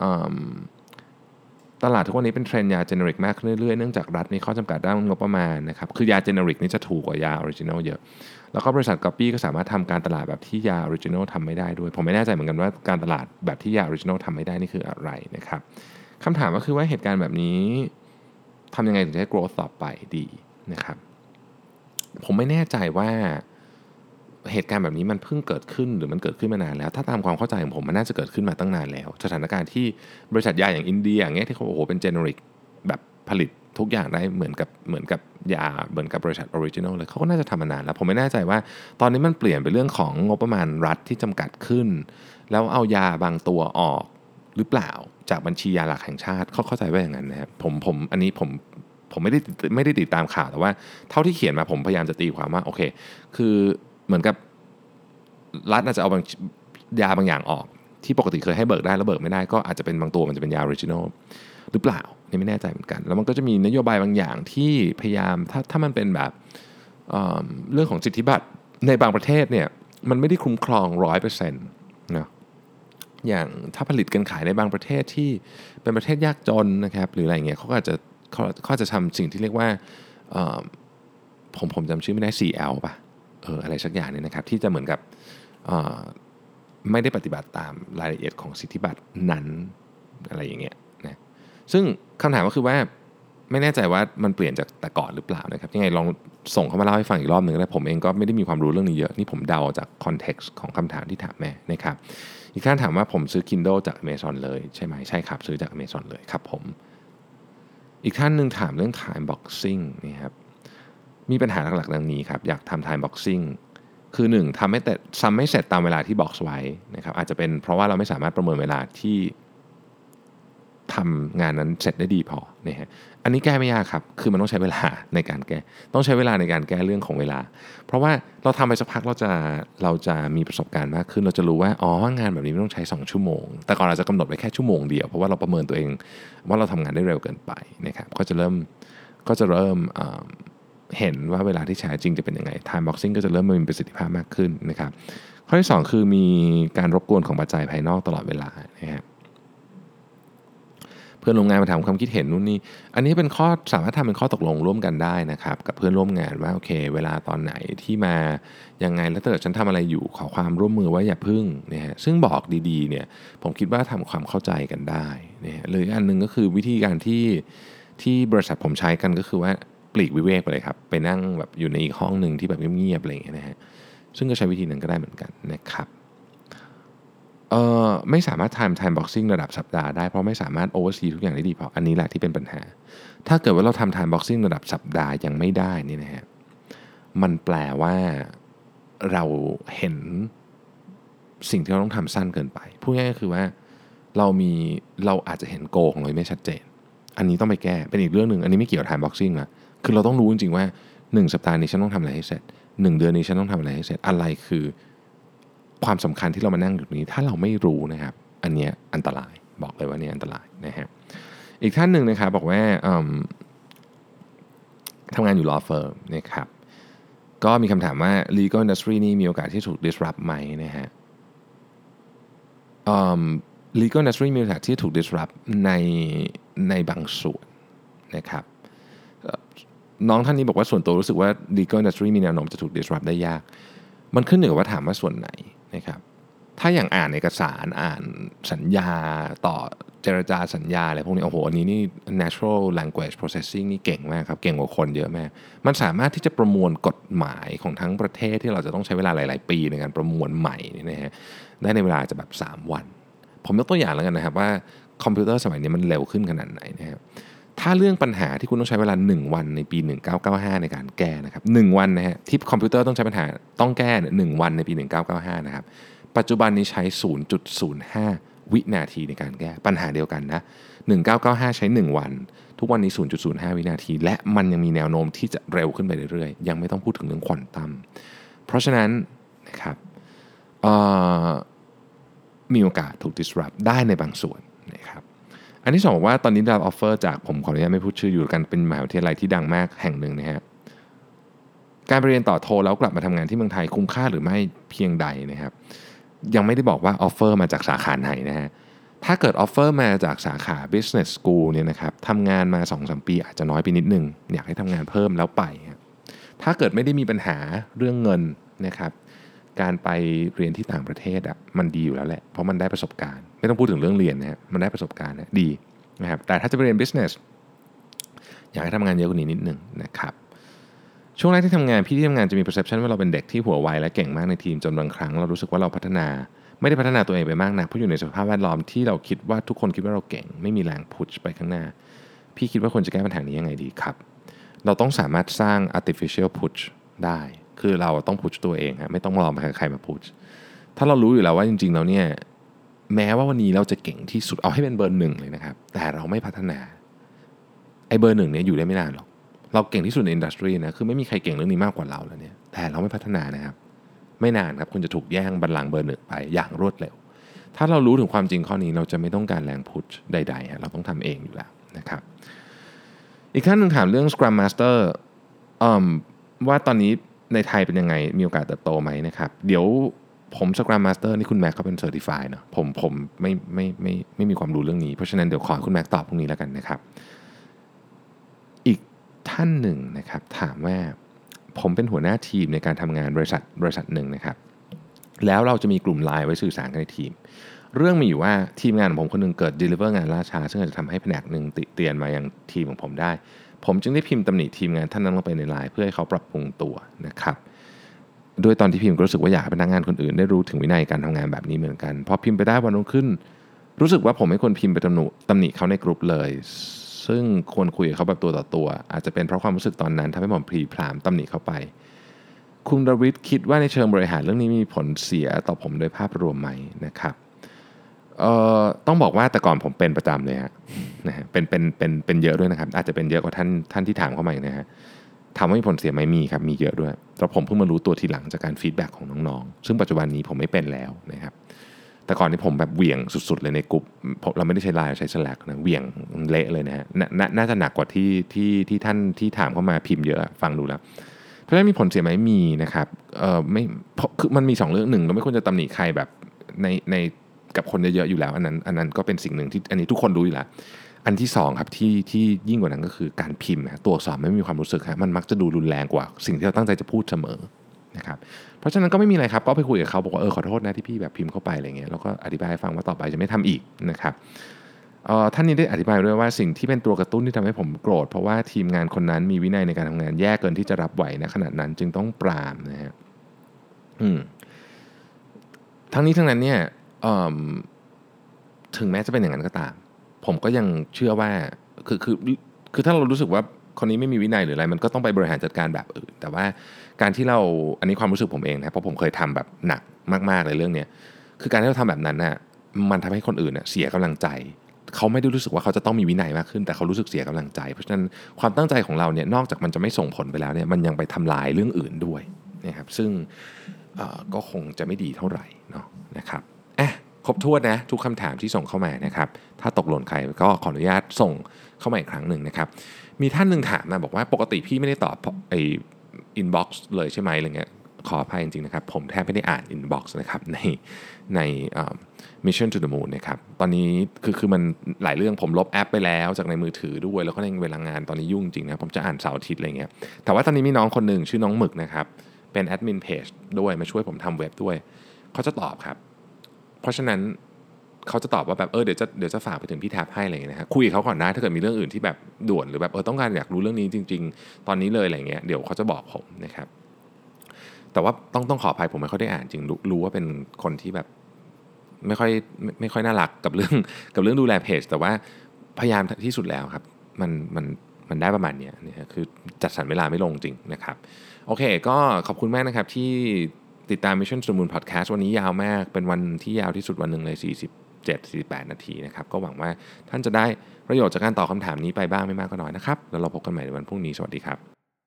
ตลาดทุกวันนี้เป็นเทรนด์ยา generic มากขึ้นเรื่อยๆเนื่องจากรัฐมีข้อจำกัดด้านงบประมาณนะครับคือยา generic นี่จะถูกกว่ายาออริจินอลเยอะแล้วก็บริษัท Copy ก็สามารถทำการตลาดแบบที่ยาออริจินอลทำไม่ได้ด้วยผมไม่แน่ใจเหมือนกันว่าการตลาดแบบที่ยาออริจินอลทำไม่ได้นี่คืออะไรนะครับคำถามก็คือว่าเหตุการณ์แบบนี้ทำยังไงถึงจะให้ growth ต่อไปดีนะครับผมไม่แน่ใจว่าเหตุการณ์แบบนี้มันเพิ่งเกิดขึ้นหรือมันเกิดขึ้นมานานแล้วถ้าตามความเข้าใจของผมมันน่าจะเกิดขึ้นมาตั้งนานแล้วสถานการณ์ที่บริษัทยาอย่างอินเดียอย่างเงี้ยที่เขาโอ้โหเป็นเจเนริกแบบผลิตทุกอย่างได้เหมือนกับเหมือนกับยาเหมือนกับบริษัทออริจินอลเลยเขาก็น่าจะทำมานานแล้วผมไม่แน่ใจว่าตอนนี้มันเปลี่ยนไปเรื่องของงบประมาณรัฐที่จำกัดขึ้นแล้วเอายาบางตัวออกหรือเปล่าจากบัญชียาหลักแห่งชาติเขาเข้าใจว่าอย่างนั้นนะครับผมผมอันนี้ผมผมไม่ได้ไม่ได้ติดตามข่าวแต่ว่าเท่าที่เขียนมาผมพยายามจะตีความว่าโอเคคือเหมือนกับรัฐอาจจะเอาบางยาบางอย่างออกที่ปกติเคยให้เบิกได้แล้วเบิกไม่ได้ก็อาจจะเป็นบางตัวมันจะเป็นยาออริจินอลหรือเปล่านี่ไม่แน่ใจเหมือนกันแล้วมันก็จะมีนโยบายบางอย่างที่พยายามถ้าถ้ามันเป็นแบบเอ่อเรื่องของสิทธิบัตรในบางประเทศเนี่ยมันไม่ได้คุ้มครอง ร้อยเปอร์เซ็นต์ นะอย่างถ้าผลิตกันขายในบางประเทศที่เป็นประเทศยากจนนะครับหรืออะไรเงี้ยเขาก็อาจจะเขาเขาจะทำสิ่งที่เรียกว่าผมผมจำชื่อไม่ได้ ซี แอล ป่ะเอออะไรสักอย่างเนี่ยนะครับที่จะเหมือนกับไม่ได้ปฏิบัติตามรายละเอียดของสิทธิบัตรนั้นอะไรอย่างเงี้ยนะซึ่งคำถามก็คือว่าไม่แน่ใจว่ามันเปลี่ยนจากแต่ก่อนหรือเปล่านะครับยังไงลองส่งเข้ามาเล่าให้ฟังอีกรอบหนึ่งก็ได้ผมเองก็ไม่ได้มีความรู้เรื่องนี้เยอะนี่ผมเดาจากคอนเท็กซ์ของคำถามที่ถามแม่นะครับอีกท่านถามว่าผมซื้อ Kindle จาก Amazon เลยใช่ไหมใช่ครับซื้อจาก Amazon เลยครับผมอีกท่านนึงถามเรื่อง Time Boxing นี่ครับมีปัญหาหลักๆดังนี้ครับอยากทำ Time Boxingคือหนึ่งทำให้แต่ทำไม่เสร็จตามเวลาที่บอกไว้นะครับอาจจะเป็นเพราะว่าเราไม่สามารถประเมินเวลาที่ทำงานนั้นเสร็จได้ดีพอนะฮะอันนี้แก้ไม่ยากครับคือมันต้องใช้เวลาในการแก้ต้องใช้เวลาในการแก้เรื่องของเวลาเพราะว่าเราทำไปสักพักเราจะเราจะมีประสบการณ์มากขึ้นเราจะรู้ว่าอ๋องานแบบนี้ไม่ต้องใช้สองชั่วโมงแต่ก่อนเราจะกำหนดไว้แค่ชั่วโมงเดียวเพราะว่าเราประเมินตัวเองว่าเราทำงานได้เร็วเกินไปนะครับก็จะเริ่มก็จะเริ่มเห็นว่าเวลาที่ใช้จริงจะเป็นยังไง Time Boxing ก็จะเริ่มมีประสิทธิภาพมากขึ้นนะครับข้อที่สองคือมีการรบกวนของปัจจัยภายนอกตลอดเวลานะครับเพื่อนร่วมงานมาถามความคิดเห็นนู่นนี่อันนี้เป็นข้อสามารถทำเป็นข้อตกลงร่วมกันได้นะครับกับเพื่อนร่วมงานว่าโอเคเวลาตอนไหนที่มายังไงแล้วถ้าเกิดฉันทำอะไรอยู่ขอความร่วมมือว่าอย่าพึ่งนะฮะซึ่งบอกดีๆเนี่ยผมคิดว่าทำความเข้าใจกันได้นะฮะหรืออันนึงก็คือวิธีการที่ที่บริษัทผมใช้กันก็คือว่าปลีกวิเวกไปเลยครับไปนั่งแบบอยู่ในอีกห้องนึงที่แบบเงียบๆอะไรอย่างเงี้ยนะฮะซึ่งก็ใช้วิธีนั้นก็ได้เหมือนกันนะครับเอ่อไม่สามารถ time time boxing ระดับสัปดาห์ได้เพราะไม่สามารถ oversee ทุกอย่างได้ดีพออันนี้แหละที่เป็นปัญหาถ้าเกิดว่าเราทำ time boxing ระดับสัปดาห์ยังไม่ได้นี่นะฮะมันแปลว่าเราเห็นสิ่งที่เราต้องทำสั้นเกินไปพูดง่ายๆก็คือว่าเรามีเราอาจจะเห็นโกของเราไม่ชัดเจนอันนี้ต้องไปแก้เป็นอีกเรื่องนึงอันนี้ไม่เกี่ยวกับ time boxing นะคือเราต้องรู้จริงๆว่าหนึ่งสัปดาห์นี้ฉันต้องทำอะไรให้เสร็จหนึ่งเดือนนี้ฉันต้องทำอะไรให้เสร็จอะไรคือความสำคัญที่เรามานั่งอยู่นี้ถ้าเราไม่รู้นะครับอันนี้อันตรายบอกเลยว่านี่อันตรายนะฮะอีกท่านหนึ่งนะครับบอกว่าทำงานอยู่ law firm นะครับก็มีคำถามว่า legal industry นี่มีโอกาสที่ถูก disrupt ไหมนะฮะ legal industry มีโอกาสที่ถูก disrupt ในในบางส่วนนะครับน้องท่านนี้บอกว่าส่วนตัวรู้สึกว่า legal industry มีแนวโน้มจะถูก disrupt ได้ยากมันขึ้นอยู่กับว่าถามว่าส่วนไหนนะครับถ้าอย่างอ่านเอกสารอ่านสัญญาต่อเจรจาสัญญาอะไรพวกนี้โอ้โหอันนี้นี่ natural language processing นี่เก่งมากครับเก่งกว่าคนเยอะมากมันสามารถที่จะประมวลกฎหมายของทั้งประเทศที่เราจะต้องใช้เวลาหลายๆปีในการประมวลใหม่นี่นะฮะได้ในเวลาจะแบบสามวันผมยกตัวอย่างแล้วกันนะครับว่าคอมพิวเตอร์สมัยนี้มันเร็วขึ้นขนาดไหนนะครับถ้าเรื่องปัญหาที่คุณต้องใช้เวลาหนึ่งวันในปีหนึ่งพันเก้าร้อยเก้าสิบห้าในการแก้นะครับหนึ่งวันนะฮะที่คอมพิวเตอร์ต้องใช้ปัญหาต้องแก้เนี่ยหนึ่งวันในปีหนึ่งพันเก้าร้อยเก้าสิบห้านะครับปัจจุบันนี้ใช้ ศูนย์จุดศูนย์ห้า วินาทีในการแก้ปัญหาเดียวกันนะหนึ่งพันเก้าร้อยเก้าสิบห้าใช้หนึ่งวันทุกวันนี้ ศูนย์จุดศูนย์ห้า วินาทีและมันยังมีแนวโน้มที่จะเร็วขึ้นไปเรื่อยๆยังไม่ต้องพูดถึงเรื่องควอนตัมเพราะฉะนั้นนะครับมีโอกาสถูก disrupt ได้ในบางส่วนนะครับอันที่สองบอกว่าตอนนี้ได้รับออฟเฟอร์จากผมขออนุญาตไม่พูดชื่ออยู่กันเป็นมหาวิทยาลัยที่ดังมากแห่งหนึ่งนะฮะการไปเรียนต่อโทแล้วกลับมาทำงานที่เมืองไทยคุ้มค่าหรือไม่เพียงใดนะครับยังไม่ได้บอกว่าออฟเฟอร์มาจากสาขาไหนนะฮะถ้าเกิดออฟเฟอร์มาจากสาขา Business School เนี่ยนะครับทำงานมา สองถึงสาม ปีอาจจะน้อยไปนิดนึงอยากให้ทำงานเพิ่มแล้วไปถ้าเกิดไม่ได้มีปัญหาเรื่องเงินนะครับการไปเรียนที่ต่างประเทศอ่ะมันดีอยู่แล้วแหละเพราะมันได้ประสบการณ์ไม่ต้องพูดถึงเรื่องเรียนนะฮะมันได้ประสบการณ์นะดีนะครับแต่ถ้าจะไปเรียน Business อยากให้ทำงานเยอะกว่านี้นิดนึงนะครับช่วงแรกที่ทำงานพี่ที่ทำงานจะมี perception ว่าเราเป็นเด็กที่หัวไวและเก่งมากในทีมจนบางครั้งเรารู้สึกว่าเราพัฒนาไม่ได้พัฒนาตัวเองไปมากนักเพราะอยู่ในสภาพแวดล้อมที่เราคิดว่าทุกคนคิดว่าเราเก่งไม่มีแรงพุชไปข้างหน้าพี่คิดว่าควรจะแก้ปัญหานี้ยังไงดีครับเราต้องสามารถสร้าง artificial push ได้คือเราต้องพุชตัวเองฮะไม่ต้องรอใครมาพุชถ้าเรารู้อยู่แล้วว่าจริงๆแล้วเนี่ยแม้ว่าวันนี้เราจะเก่งที่สุดเอาให้เป็นเบอร์หนึ่งเลยนะครับแต่เราไม่พัฒนาไอ้เบอร์หนึ่งเนี่ยอยู่ได้ไม่นานหรอกเราเก่งที่สุดในอินดัสทรีนะคือไม่มีใครเก่งเรื่องนี้มากกว่าเราแล้วเนี่ยแต่เราไม่พัฒนานะครับไม่นานครับคุณจะถูกแย่งบัลลังก์เบอร์หนึ่งไปอย่างรวดเร็วถ้าเรารู้ถึงความจริงข้อนี้เราจะไม่ต้องการแรงพุชใดๆเราต้องทำเองอยู่แล้วนะครับอีกท่านหนึ่งถามเรื่อง Scrum Master ว่าตอนนี้ในไทยเป็นยังไงมีโอกาสเติบโตไหมนะครับเดี๋ยวผม Scrum Master นี่คุณแม็กเขาเป็น Certified เนาะผมผมไม่ไม่ไม่ไม่มีความรู้เรื่องนี้เพราะฉะนั้นเดี๋ยวขอคุณแม็กตอบพรุ่งนี้แล้วกันนะครับอีกท่านหนึ่งนะครับถามว่าผมเป็นหัวหน้าทีมในการทำงานบริษัทบริษัทหนึ่งนะครับแล้วเราจะมีกลุ่ม ไลน์ ไว้สื่อสารกันในทีมเรื่องมีอยู่ว่าทีมงานของผมคนนึงเกิด deliver งานล่าช้าซึ่งอาจจะทำให้แผนกนึงติเตียนมายังทีมของผมได้ผมจึงได้พิมพ์ตำหนิทีมงานท่านนั้นลงไปใน ไลน์ เพื่อให้เขาปรับปรุงตัวนะครับด้วยตอนที่พิมพ์ก็รู้สึกว่าอยากให้พนักงานคนอื่นได้รู้ถึงวินัยการทำงานแบบนี้เหมือนกันพอพิมพ์ไปได้วันรุ่งขึ้นรู้สึกว่าผมไม่ควรพิมพ์ไปตำหนิตำหนิเขาในกลุ่มเลยซึ่งควรคุยกับเขาแบบตัวต่อตัวอาจจะเป็นเพราะความรู้สึกตอนนั้นทำให้ผมพลีพรามตำหนิเขาไปคุณรวิทย์คิดว่าในเชิงบริหารเรื่องนี้มีผลเสียต่อผมโดยภาพรวมไหมนะครับเอ่อต้องบอกว่าแต่ก่อนผมเป็นประจำเลยฮะนะฮะเป็นเป็นเป็นเป็นเยอะด้วยนะครับอาจจะเป็นเยอะกว่าท่านท่านที่ถามเข้ามานะฮะถามว่ามีผลเสียไหมมีครับมีเยอะด้วยแต่ผมเพิ่งมารู้ตัวทีหลังจากการฟีดแบ็กของน้องๆซึ่งปัจจุบันนี้ผมไม่เป็นแล้วนะครับแต่ก่อนนี้ผมแบบเหวี่ยงสุดๆเลยในกลุ่มเราไม่ได้ใช้ ไลน์ ใช้ Slack นะเหวี่ยงเละเลยนะฮะน่าจะหนักกว่าที่ที่ที่ท่านที่ถามเข้ามาพิมพ์เยอะฟังดูแล้วเพราะฉะนั้นมีผลเสียไหมมีนะครับเอ่อไม่คือมันมีสองเรื่องหนึ่งเราไม่ควรจะตำหนิใครแบบในในกับคนเยอะๆอยู่แล้วอันนั้นอันนั้นก็เป็นสิ่งหนึ่งที่อันนี้ทุกคนรู้อยู่แล้วอันที่สองครับที่ที่ยิ่งกว่านั้นก็คือการพิมพ์นะตัวอักษรไม่มีความรู้สึกฮะมันมักจะดูรุนแรงกว่าสิ่งที่เราตั้งใจจะพูดเสมอนะครับเพราะฉะนั้นก็ไม่มีอะไรครับก็ไปคุยกับเขาบอกว่าเออขอโทษนะที่พี่แบบพิมพ์เข้าไปอะไรเงี้ยแล้วก็อธิบายให้ฟังว่าต่อไปจะไม่ทำอีกนะครับเอ่อท่านนี้ได้อธิบายด้วยว่าสิ่งที่เป็นตัวกระตุ้นที่ทำให้ผมโกรธเพราะว่าทีมงานคนนั้นมีวินัยในการทำงานแย่เกินที่จะรับไหวณขณะนั้นจึงต้องปรามนะฮะอืมทั้งนี้ทั้งนั้นเนี่ยถึงแม้จะเป็นอย่างนั้นก็ตามผมก็ยังเชื่อว่าคือคือคือถ้าเรารู้สึกว่าคนนี้ไม่มีวินัยหรืออะไรมันก็ต้องไปบริหารจัดการแบบอื่นแต่ว่าการที่เราอันนี้ความรู้สึกผมเองนะเพราะผมเคยทำแบบหนักมากๆเลยเรื่องนี้คือการที่เราทำแบบนั้นน่ะมันทำให้คนอื่นเน่ยเสียกำลังใจเขาไม่ได้รู้สึกว่าเขาจะต้องมีวินัยมากขึ้นแต่เขารู้สึกเสียกำลังใจเพราะฉะนั้นความตั้งใจของเราเนี่ยนอกจากมันจะไม่ส่งผลไปแล้วเนี่ยมันยังไปทำลายเรื่องอื่นด้วยนะครับซึ่งก็คงจะไม่ดีเท่าไหร่เนาะนะครับอ่ะครบถ้วนนะทุกคำถามที่ส่งเข้ามานะครับถ้าตกหล่นใครก็ขออนุญาตส่งเข้ามาอีกครั้งหนึ่งนะครับมีท่านหนึ่งถามมาบอกว่าปกติพี่ไม่ได้ตอบไอ้อินบ็อกซ์เลยใช่ไหมอะไรเงี้ยขออภัยจริงๆนะครับผมแทบไม่ได้อ่านอินบ็อกซ์นะครับในใน Mission to the Moon นะครับตอนนี้คือคือมันหลายเรื่องผมลบแอปไปแล้วจากในมือถือด้วยแล้วก็ในเวลางานตอนนี้ยุ่งจริงนะผมจะอ่านเสาร์อาทิตย์อะไรเงี้ยแต่ว่าตอนนี้มีน้องคนหนึ่งชื่อน้องหมึกนะครับเป็นแอดมินเพจด้วยมาช่วยผมทำเว็บด้วยเขาจะตอบครับเพราะฉะนั้นเขาจะตอบว่าแบบเออเดี๋ยวจะเดี๋ยวจะฝากไปถึงพี่แท็บให้อะไรอย่างเงี้ยนะฮะคุยกับเขาก่อนได้ถ้าเกิดมีเรื่องอื่นที่แบบด่วนหรือแบบเออต้องการอยากรู้เรื่องนี้จริงๆตอนนี้เลยอะไรเงี้ยเดี๋ยวเขาจะบอกผมนะครับแต่ว่าต้องต้องขออภัยผมไม่ค่อยได้อ่านจริงรู้รู้ว่าเป็นคนที่แบบไม่ค่อยไม่ไม่ค่อยน่ารักกับเรื่องกับเรื่องดูแลเพจแต่ว่าพยายามที่สุดแล้วครับมันมันมันได้ประมาณเนี้ยนะฮะคือจัดสรรเวลาไม่ลงจริงนะครับโอเคก็ขอบคุณมากนะครับที่ติดตาม Mission to the Moon Podcast วันนี้ยาวมากเป็นวันที่ยาวที่สุดวันหนึ่งเลยสี่สิบเจ็ด สี่สิบแปดนาทีนะครับก็หวังว่าท่านจะได้ประโยชน์จากการตอบคำถามนี้ไปบ้างไม่มากก็น้อยนะครับแล้วเราพบกันใหม่ในวันพรุ่งนี้สวัสดีครับ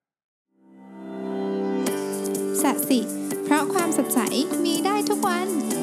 สัสิเพราะความสดใสมีได้ทุกวัน